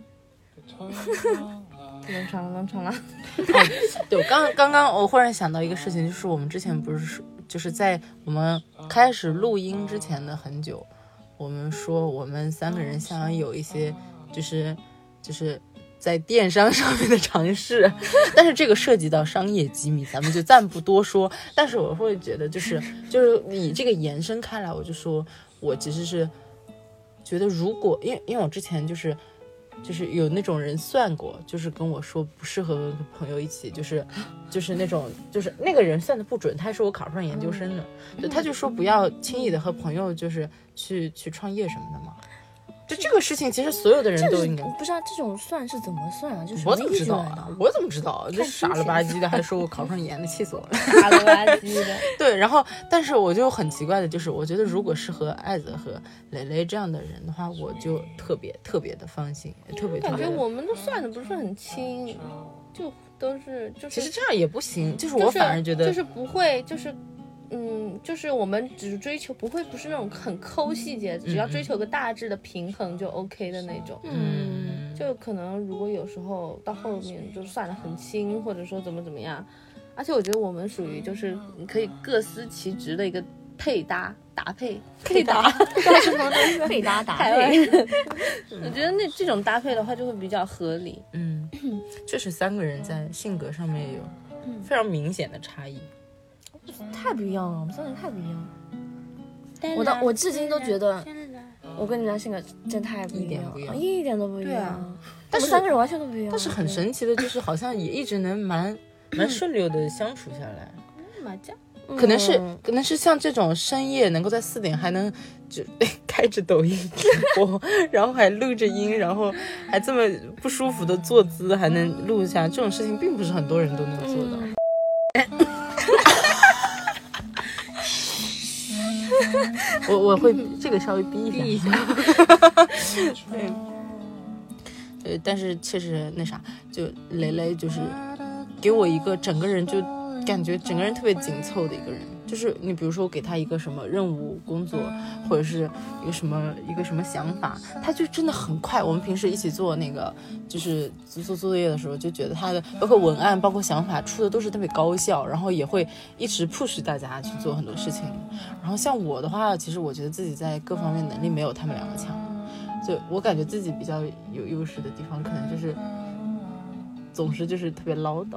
冷场了，冷场了。 哎，对，我刚刚刚我忽然想到一个事情，就是我们之前不是就是在我们开始录音之前的很久，我们说我们三个人想要有一些就是就是在电商上面的尝试，但是这个涉及到商业机密，咱们就暂不多说。但是我会觉得就是就是以这个延伸开来，我就说我其实是觉得如果因为因为我之前就是就是有那种人算过，就是跟我说不适合跟朋友一起，就是就是那种就是那个人算的不准，他是我考上研究生的，对，他就说不要轻易的和朋友就是去去创业什么的嘛。就这个事情，其实所有的人都应该不是啊，这种算是怎么算啊？就是我怎么知道啊？我怎么知道？这傻了吧唧的，还说我考上研的，气死我了！ 傻了吧唧的。 对，然后但是我就很奇怪的就是，我觉得如果是和爱子和蕾蕾这样的人的话，我就特别特别的放心，特别特别。 感觉我们都算的不是很清，就都是就是。 其实这样也不行，就是我反而觉得、 就是、就是不会就是。嗯，就是我们只追求不会不是那种很抠细节，只要追求个大致的平衡就 OK 的那种。 嗯， 就可能如果有时候到后面就算得很清，或者说怎么怎么样，而且我觉得我们属于就是可以各司其职的一个配搭搭配配搭配搭搭配。 我觉得那这种搭配的话就会比较合理。 嗯，确实三个人在性格上面有非常明显的差异。 太不一样了，我们三个人太不一样了。我到我至今都觉得，我跟你们性格真太不一样了，一点, 一点都不一样。啊、但是我们三个人完全都不一样。 但是很神奇的就是，好像也一直能蛮蛮顺溜的相处下来。 麻将。 可能是、嗯、可能是像这种深夜能够在四点还能就开着抖音直播，然后还录着音，然后还这么不舒服的坐姿还能录下，这种事情并不是很多人都能做到。嗯我我会这个稍微逼一下，对，对，但是确实那啥，就蕾蕾就是给我一个整个人就感觉整个人特别紧凑的一个人，就是你比如说给他一个什么任务工作，或者是一个什么一个什么想法，他就真的很快。我们平时一起做那个就是做作业的时候，就觉得他的包括文案包括想法出的都是特别高效，然后也会一直 push 大家去做很多事情。然后像我的话，其实我觉得自己在各方面能力没有他们两个强，就我感觉自己比较有优势的地方可能就是总是就是特别唠叨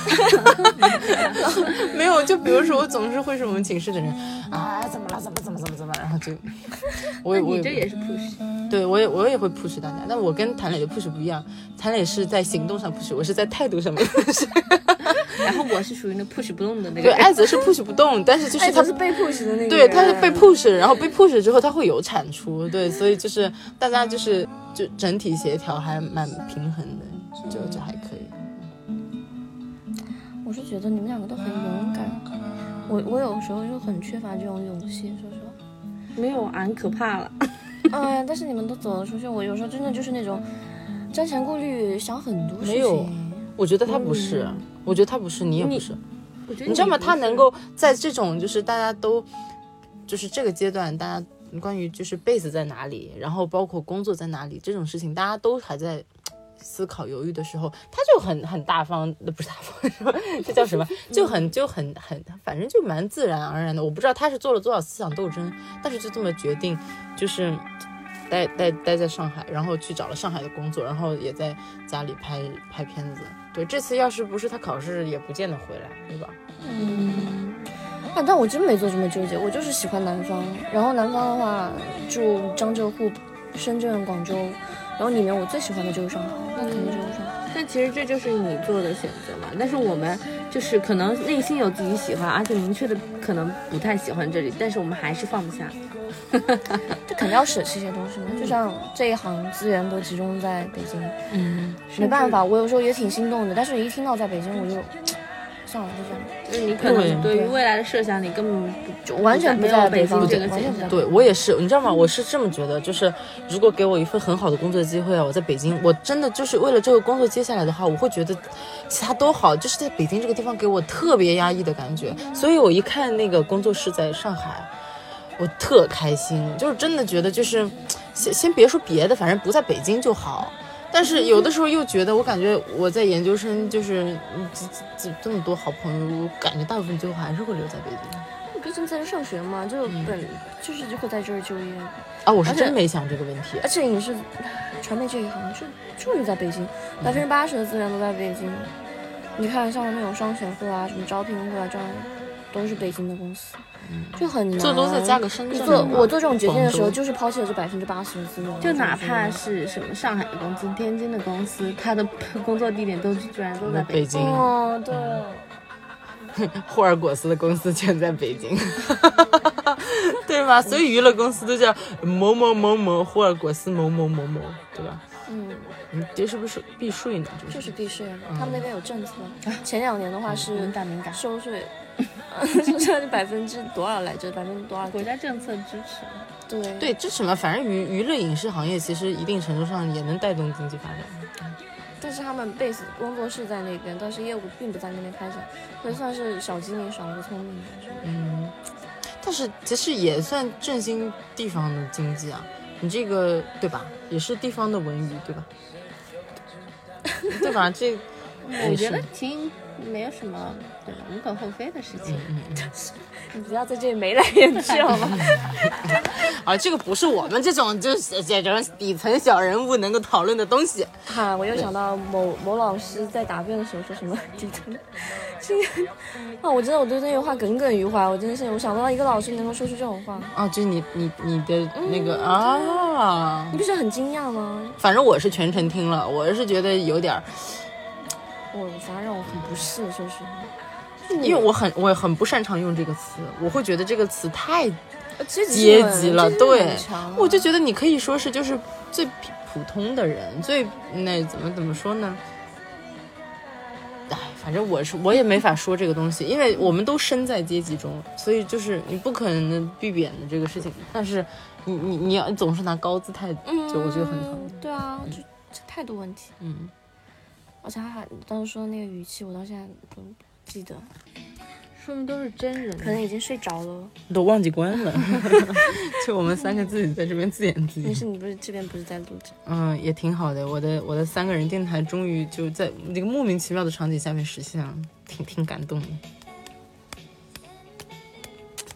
没有，就比如说我总是会是我们寝室的人啊，怎么了，怎么怎么怎么怎么，然后就我我你这也是 push， 对我也我也会 push 大家，但我跟谭磊的 push 不一样，谭磊是在行动上 push， 我是在态度上面 push。 然后我是属于那 push 不动的那个。 对，艾泽是 push 不动，但是就是他是被 push 的那个。 对，他是被 push， 然后被 push 之后他会有产出，对，所以就是大家就是就整体协调还蛮平衡的，就就还可以。 我是觉得你们两个都很勇敢，我我有时候就很缺乏这种勇气，说实话。 没有啊，很可怕了。 哎呀，但是你们都走了出去，我有时候真的就是那种瞻前顾虑，想很多事情。 没有，我觉得他不是，嗯、我觉得他不是，你也不是。 我觉得 你, 你知道吗？他能够在这种就是大家都就是这个阶段，大家关于就是 base 在哪里，然后包括工作在哪里这种事情，大家都还在思考犹豫的时候，他就很很大方，不是大方，这叫什么？就很就很很，反正就蛮自然而然的。我不知道他是做了多少思想斗争，但是就这么决定，就是待待待在上海，然后去找了上海的工作，然后也在家里拍拍片子。对，这次要是不是他考试，也不见得回来，对吧？ 嗯，啊，但我真没做这么纠结，我就是喜欢南方。然后南方的话，住江浙沪、深圳、广州，然后里面我最喜欢的就是上海，那肯定就是上海。 但其实这就是你做的选择嘛。但是我们就是可能内心有自己喜欢，而且明确的可能不太喜欢这里，但是我们还是放不下。 这肯定要舍弃一些东西嘛，就像这一行资源都集中在北京， 嗯， 没办法，我有时候也挺心动的，但是一听到在北京，我就算了，就这样。 就是你可能对于未来的设想，你根本就完全不在北京这个选项。 对，我也是，你知道吗？我是这么觉得，就是如果给我一份很好的工作机会啊，我在北京，我真的就是为了这个工作，接下来的话，我会觉得其他都好，就是在北京这个地方给我特别压抑的感觉，所以我一看那个工作室在上海。我特开心，就是真的觉得就是先先别说别的，反正不在北京就好。但是有的时候又觉得，我感觉我在研究生就是这这这么多好朋友，我感觉大部分最后还是会留在北京。 毕竟在这上学嘛，就本、嗯、就是就会在这儿就业啊。我是真没想这个问题。 而且影视传媒这一行就就是在北京，百分之八十的资源都在北京。你看像那种双选户啊，什么招聘户啊，这样都是北京的公司。就很难， 最多再加个深圳。 做我做这种决定的时候，就是抛弃了这百分之八十的资源。 就哪怕是什么上海的公司、天津的公司，他的工作地点都居然都在北京。 哦，对。 霍尔果斯的公司全在北京，对吧？所以娱乐公司都叫某某某某霍尔果斯某某某某，对吧？ 嗯， 你这是不是避税呢？ 就是、就是避税，嗯、他们那边有政策。前两年的话是敏感敏感收税。是百分之多少来着？百分之多少？ 国家政策支持， 对对支持嘛，反正娱娱乐影视行业其实一定程度上也能带动经济发展。 但是他们 base 工作室在那边，但是业务并不在那边开展，所以算是小机灵耍了个聪明的。 嗯，但是其实也算振兴地方的经济啊，你这个对吧？也是地方的文娱，对吧？对吧？这我觉得挺没有什么对无可厚非的事情。 嗯嗯嗯你不要在这里眉来眼去好吗？ 啊，这个不是我们这种就是这种底层小人物能够讨论的东西。 哈，我又想到某某老师在答辩的时候说什么底层，这个啊，我真的我对那句话耿耿于怀。我真的是我想不到一个老师能够说出这种话。 啊，就是你你你的那个、嗯、啊， 你不是很惊讶吗？ 反正我是全程听了，我是觉得有点。 我反正让我很不适，说实话， 因为我很我很不擅长用这个词，我会觉得这个词太阶级了，对， 啊、 我就觉得你可以说是就是最普通的人，最那怎么怎么说呢？哎，反正我是我也没法说这个东西，因为我们都身在阶级中，所以就是你不可能避免的这个事情。但是你你你要总是拿高姿态， 嗯、 就我觉得很讨厌。 对啊，就这态度问题。 嗯。 而且他还当时说的那个语气，我到现在都记得， 说明都是真人， 可能已经睡着了， 都忘记关了。就我们三个自己在这边自言自语。 没事，你不是这边不是在录着？ 嗯，也挺好的。我的我的三个人电台终于就在那个莫名其妙的场景下面实现了，挺挺感动的。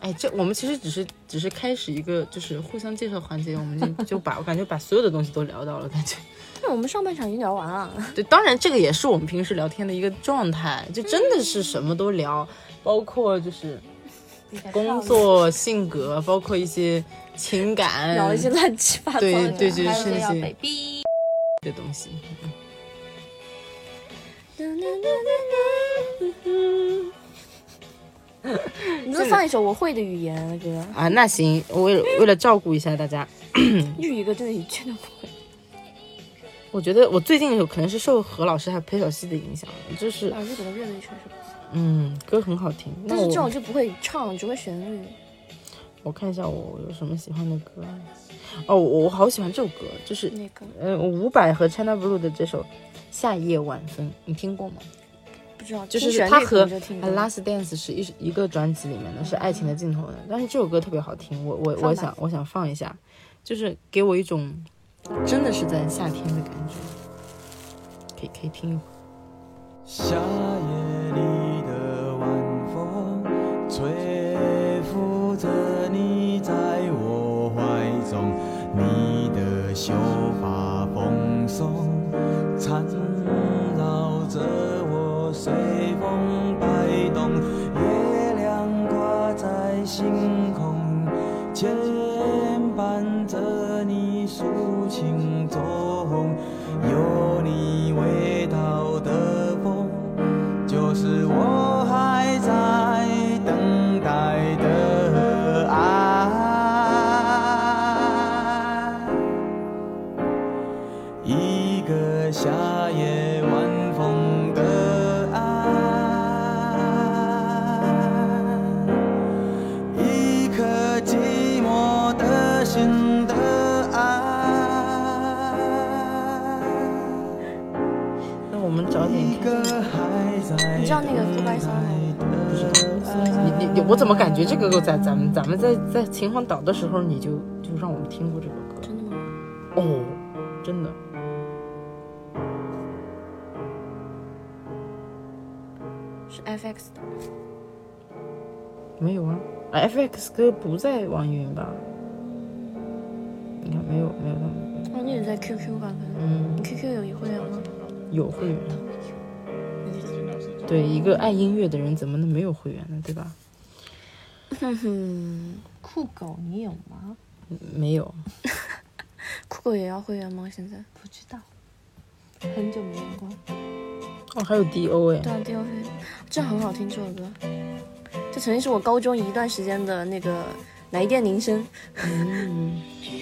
哎，这我们其实只是只是开始一个就是互相介绍环节，我们就就把我感觉把所有的东西都聊到了，感觉。 那我们上半场已经聊完了。 对，当然这个也是我们平时聊天的一个状态，就真的是什么都聊，包括就是工作、性格，包括一些情感， 聊一些乱七八糟的， 对对，就是还有要那些被逼的东西。 你能放一首我会的语言的歌啊？那行，我为为了照顾一下大家， 粤语歌真的一句都不会。 我觉得我最近有可能是受何老师还有裴小希的影响，就是啊，日本的乐队确实不错， 嗯，歌很好听。 但是这种就不会唱，只会旋律。 我看一下我有什么喜欢的歌。哦，我好喜欢这首歌，就是那个呃伍佰和 China Blue 的这首《夏夜晚风》，你听过吗？ 不知道， 就是他和 Last Dance 是一一个专辑里面的，是爱情的尽头的。但是这首歌特别好听，我我我想我想放一下，就是给我一种真的是在夏天的感觉，可以可以听一会儿。 夏夜里的晚风，吹拂着你在我怀中，你的秀发蓬松，缠绕着我随风摆动，月亮挂在星空，牵绊着你抒情中，有你味道的风，就是我还在等待的爱。一个夏夜晚风的爱，一颗寂寞的心的爱。 那我们找点看。 你知道那个《Goodbye Summer》吗？ 不知道。你你我怎么感觉这个歌在咱们咱们在在秦皇岛的时候你就就让我们听过这个歌？ 真的吗？ 哦，真的。 是 F X 的。 没有啊 ，F X 歌不在网易云吧？你看没有没有他们的歌。 哦，那你在 Q Q 吧？ 嗯， 你 Q Q 有会员吗？ 有会员。对，一个爱音乐的人怎么能没有会员呢？对吧？ 哼哼， 酷狗你有吗？ 没有。 酷狗也要会员吗？现在不知道，很久没用过。 哦，还有 D O 哎。 对啊 ，D O 这很好听这首歌，这曾经是我高中一段时间的那个来电铃声。 嗯。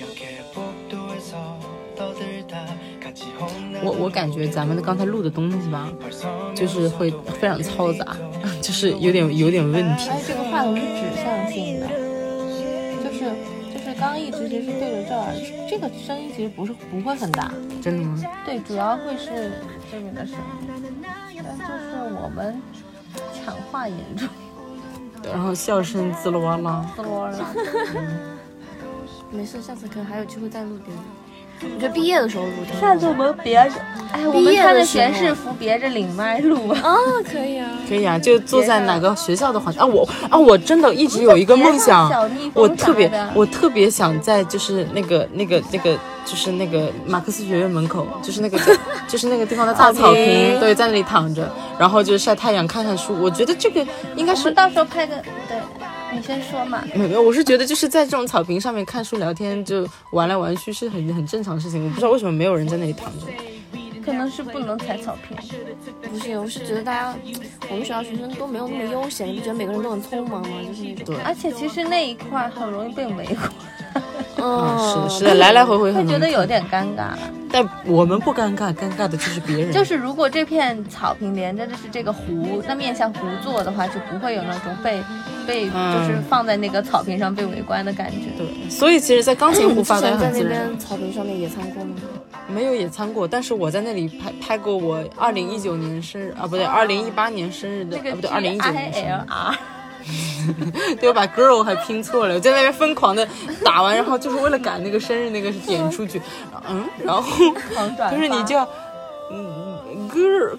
我我感觉咱们的刚才录的东西吧，就是会非常嘈杂，就是有点有点问题。 而且这个话筒是指向性的，就是就是刚刚一直其实是对着这儿，这个声音其实不是不会很大。 真的吗？ 对，主要会是这边的声音，但就是我们抢话严重， 然后笑声滋啦啦， 滋啦啦。 没事，下次可能还有机会再录别的。我觉得毕业的时候录挺好。 下次我们别着，哎，我们穿着学士服，别着领麦录吧。 啊，可以啊， 可以啊，就坐在哪个学校的环境啊？我啊，我真的一直有一个梦想，我特别我特别想在就是那个那个那个就是那个马克思学院门口，就是那个就是那个地方的大草坪，对，在那里躺着，然后就晒太阳看看书。我觉得这个应该是到时候拍个对。你先说嘛。 没有，我是觉得就是在这种草坪上面看书聊天，就玩来玩去是很很正常的事情。我不知道为什么没有人在那里躺着。 可能是不能踩草坪。 不是，我是觉得大家我们学校学生都没有那么悠闲，你不觉得每个人都很匆忙吗？就是那种。 对。 而且其实那一块很容易被围观。 嗯，是是的，来来回回会觉得有点尴尬。 但我们不尴尬，尴尬的就是别人。 就是如果这片草坪连着的是这个湖，那面向湖坐的话，就不会有那种被被就是放在那个草坪上被围观的感觉。 对，所以其实，在钢琴湖发呆很自然。 在那边草坪上面野餐过吗？ 没有野餐过，但是我在那里拍拍过我二零一九年生日啊，不对，二零一八年生日的，啊不对，二零一九年生日。对，我把 girl 还拼错了，我在那边疯狂的打完，然后就是为了赶那个生日那个点出去，嗯，然后就是你就要嗯 girl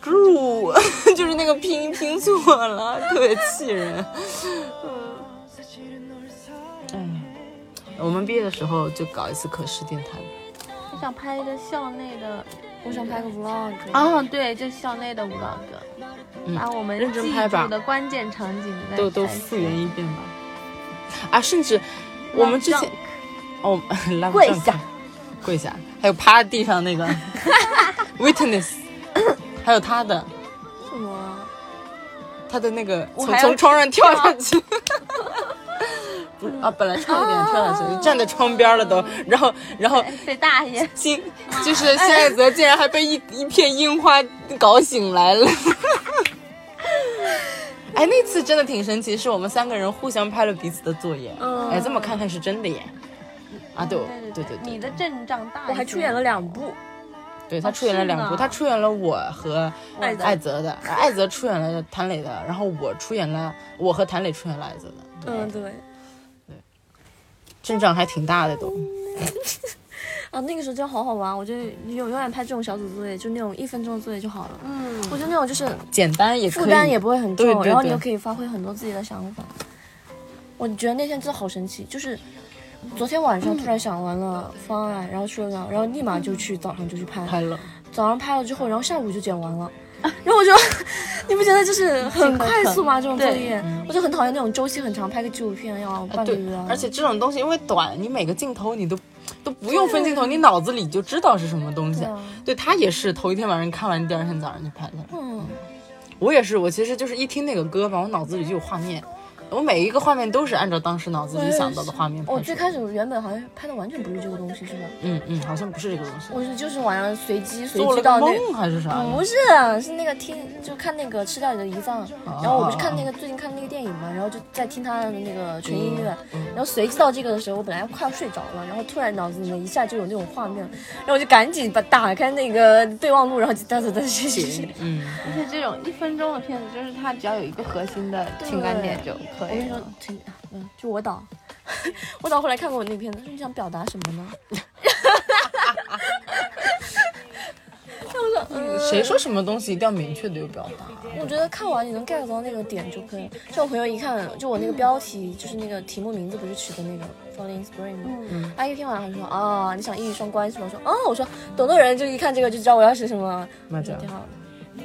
girl 就是那个拼拼错了，特别气人。 我们毕业的时候就搞一次可视电台。 我想拍一个校内的， 我想拍个 vlog。 啊，对，就校内的 vlog，、 嗯、 把我们认真拍吧记住的关键场景都都复原一遍吧。啊，甚至我们之前哦， 跪下， 跪下，还有趴地上那个 witness， 还有他的什么？ 他的那个从从窗上跳下去。不是啊，本来差一点跳下去，站在窗边了都，然后然后被大爷金就是谢爱泽竟然还被一一片樱花搞醒来了。哎，那次真的挺神奇，是我们三个人互相拍了彼此的作业。嗯，哎，这么看看是真的耶。啊，对对对对， 你的阵仗大， 我还出演了两部。 对，他出演了两部，他出演了我和爱泽的，爱泽出演了谭磊的，然后我出演了我和谭磊出演了爱泽的。 嗯，对。 阵仗还挺大的都。 啊，那个时候真好好玩，我就永永远拍这种小组作业，就那种一分钟的作业就好了。嗯，我觉得那种就是简单也可以， 负担也不会很重， 对对对， 然后你又可以发挥很多自己的想法。我觉得那天真的好神奇，就是昨天晚上突然想完了方案，然后说了，然后立马就去早上就去拍， 拍了， 早上拍了之后，然后下午就剪完了。然后我就，你不觉得就是很快速吗？这种作业，我就很讨厌那种周期很长，拍个纪录片要半个月、啊。 而且这种东西因为短，你每个镜头你都都不用分镜头，你脑子里就知道是什么东西。对,、啊、对他也是头一天晚上看完，第二天早上就拍下来。嗯，我也是，我其实就是一听那个歌吧，我脑子里就有画面。我每一个画面都是按照当时脑子里想到的画面拍。 我最开始原本好像拍的完全不是这个东西，是吧？ 嗯嗯，好像不是这个东西。 我是就是晚上随机随机到那个还是啥？ 不是，是那个听就看那个吃掉你的胰脏，啊、然后我不是看那个最近看那个电影嘛，然后就在听他的那个纯音乐，嗯嗯、然后随机到这个的时候，我本来快要睡着了，然后突然脑子里面一下就有那种画面，然后我就赶紧把打开那个备忘录，然后就哒哒哒写。 嗯， 而且这种一分钟的片子，就是它只要有一个核心的情感点就可以了。我跟你说。 嗯，就我导，我导后来看过我那片子，说你想表达什么呢？我说，嗯， 谁说什么东西一定要明确的有表达？ 我觉得看完你能 get 到那个点就可以。像我朋友一看，就我那个标题，就是那个题目名字不是取的那个 Falling Spring 吗？嗯，他一听完他就说啊，你想一语双关是吗？我说啊，我说懂的人就一看这个就知道我要写什么，挺好的。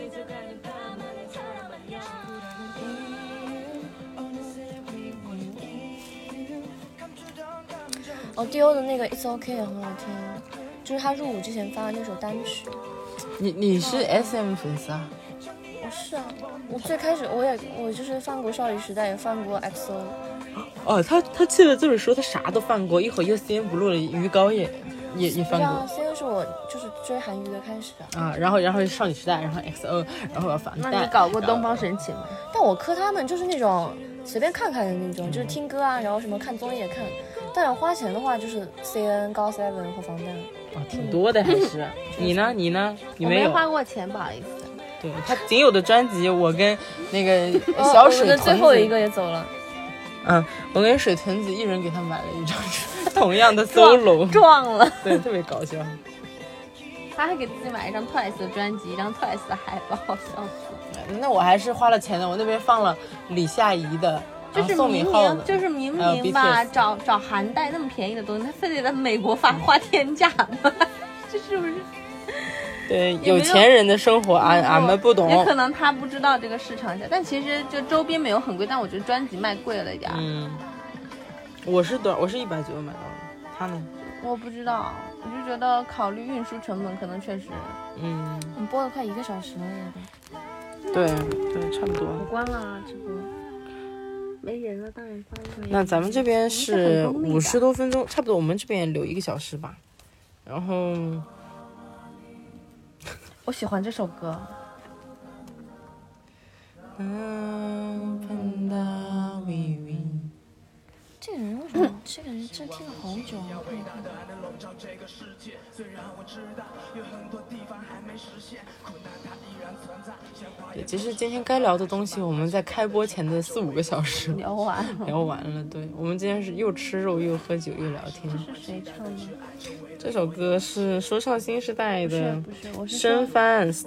哦 ，D O 的那个 It's OK 也很好听，就是他入伍之前发的那首单曲。 你你是 S M 粉丝啊？ 我是啊，我最开始我也我就是翻过少女时代，也翻过 X O。 哦，他他去了就是说他啥都翻过，一会儿又 C N Blue 的鱼膏也也也翻过。 C N 是我就是追韩娱的开始啊。啊，然后然后少女时代，然后 X O， 然后要反那你搞过东方神起吗？ 但我磕他们就是那种随便看看的那种，就是听歌啊，然后什么看综艺也看。但要花钱的话，就是 C N、高 seven 和防弹。 啊，挺多的还是。嗯、你呢？你呢？你没有？ 我没花过钱，不好意思。 对他仅有的专辑，我跟那个小水豚子、 哦、最后一个也走了。 嗯，我跟水豚子一人给他买了一张同样的 solo， 撞了， 对，特别搞笑。 他还给自己买一张 Twice 的专辑，一张 Twice 的海报，笑死。 那我还是花了钱的，我那边放了李夏怡的。 就是明明就是明明吧，找找韩代那么便宜的东西，他非得在美国发花天价吗？这是不是？ 对，有钱人的生活，俺俺们不懂。 也可能他不知道这个市场价，但其实就周边没有很贵，但我觉得专辑卖贵了一点。 嗯，我是多少？我是一百九买到的，他呢？ 我不知道，我就觉得考虑运输成本，可能确实。 嗯， 你播了快一个小时了呀。 对对，差不多。 我关了直播。没人了，当然关了。 那咱们这边是五十多分钟，差不多。我们这边也留一个小时吧。然后， 我喜欢这首歌。 嗯，喷的微微。 这个人为什么？这个人真听了好久啊！ 对，其实今天该聊的东西，我们在开播前的四五个小时聊完了， 聊完了。对，我们今天是又吃肉又喝酒又聊天。 这是谁唱的？ 这首歌是说唱新时代的申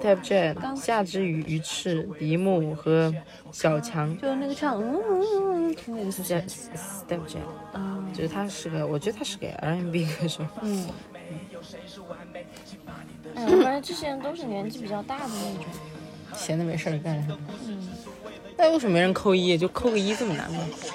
帆、Stepjat、夏之鱼、鱼翅、迪木和小强。 就那个唱，嗯嗯听那个是 Step Step J， 啊，就是他是个，我觉得他是个 R and B 歌手。 嗯。 哎，我感觉这些人都是年纪比较大的那种， 闲的没事儿干。 嗯。 但为什么没人扣一？就扣个一这么难吗？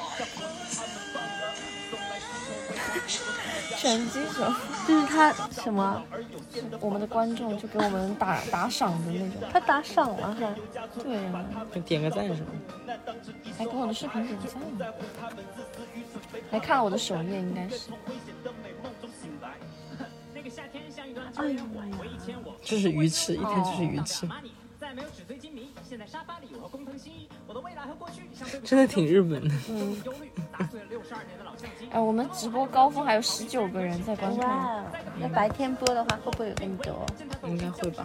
拳击手就是他什么？我们的观众就给我们打打赏的那种， 他打赏了还？ 对呀、啊， 就点个赞什么？ 还给我的视频点赞呢，还看了我的首页应该是。 哎呀， 这是鱼翅，一看就是鱼翅。真的挺日本的。 嗯。哎，我们直播高峰还有十九个人在观看。 哇，那白天播的话会不会有更多？ 应该会吧。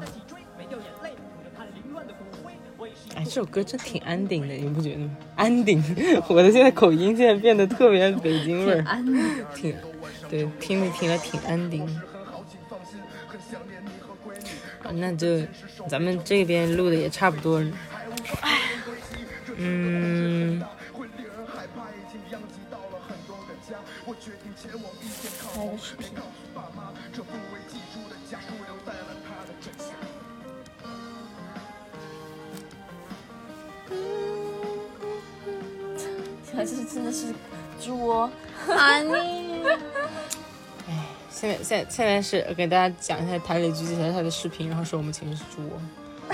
哎，这首歌真挺安定的，你不觉得吗？安定，我的现在口音现在变得特别北京味儿， 安定， 挺，对，听着听着挺安定。那就咱们这边录的也差不多了。嗯。 拍个视频。还是真的是猪窝啊你！ 哎，现在现在现在是给大家讲一下台里狙击台他的视频，然后说我们前面是猪窝。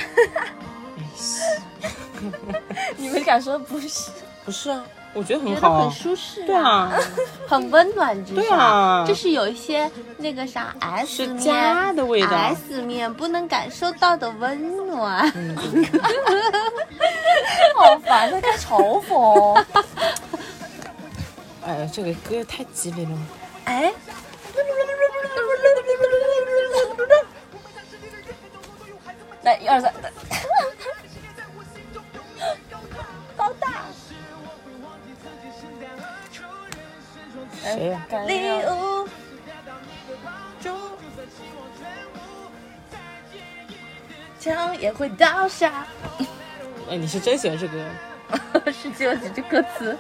你们敢说不是？ 不是啊，我觉得很好， 很舒适、啊， 对啊， 很温暖，至少对啊， 就是有一些那个啥 S 面家的味道 ，S 面不能感受到的温暖。 嗯、 好烦，他在嘲讽。 哎呀，这个歌太激烈了。 哎。 来，一二三。 高大。 谁呀、 啊？礼物。枪也会倒下。 哎，你是真喜欢这歌？ 是只有几句歌词。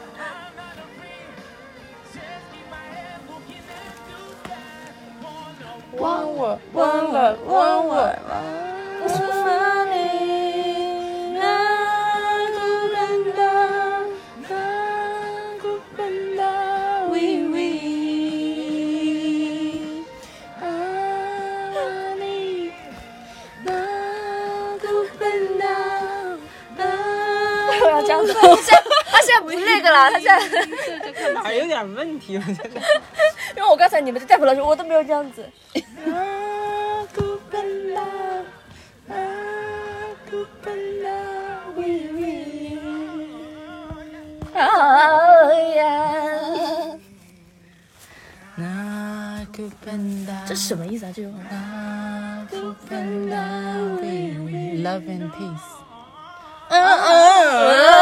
忘我，忘了，忘我。 这样子，他现在不那个了，他现在哪有点问题？我觉得， 因为我刚才你们在带谱的时候，我都没有这样子。这什么意思啊？这句话 ？Love and peace。嗯嗯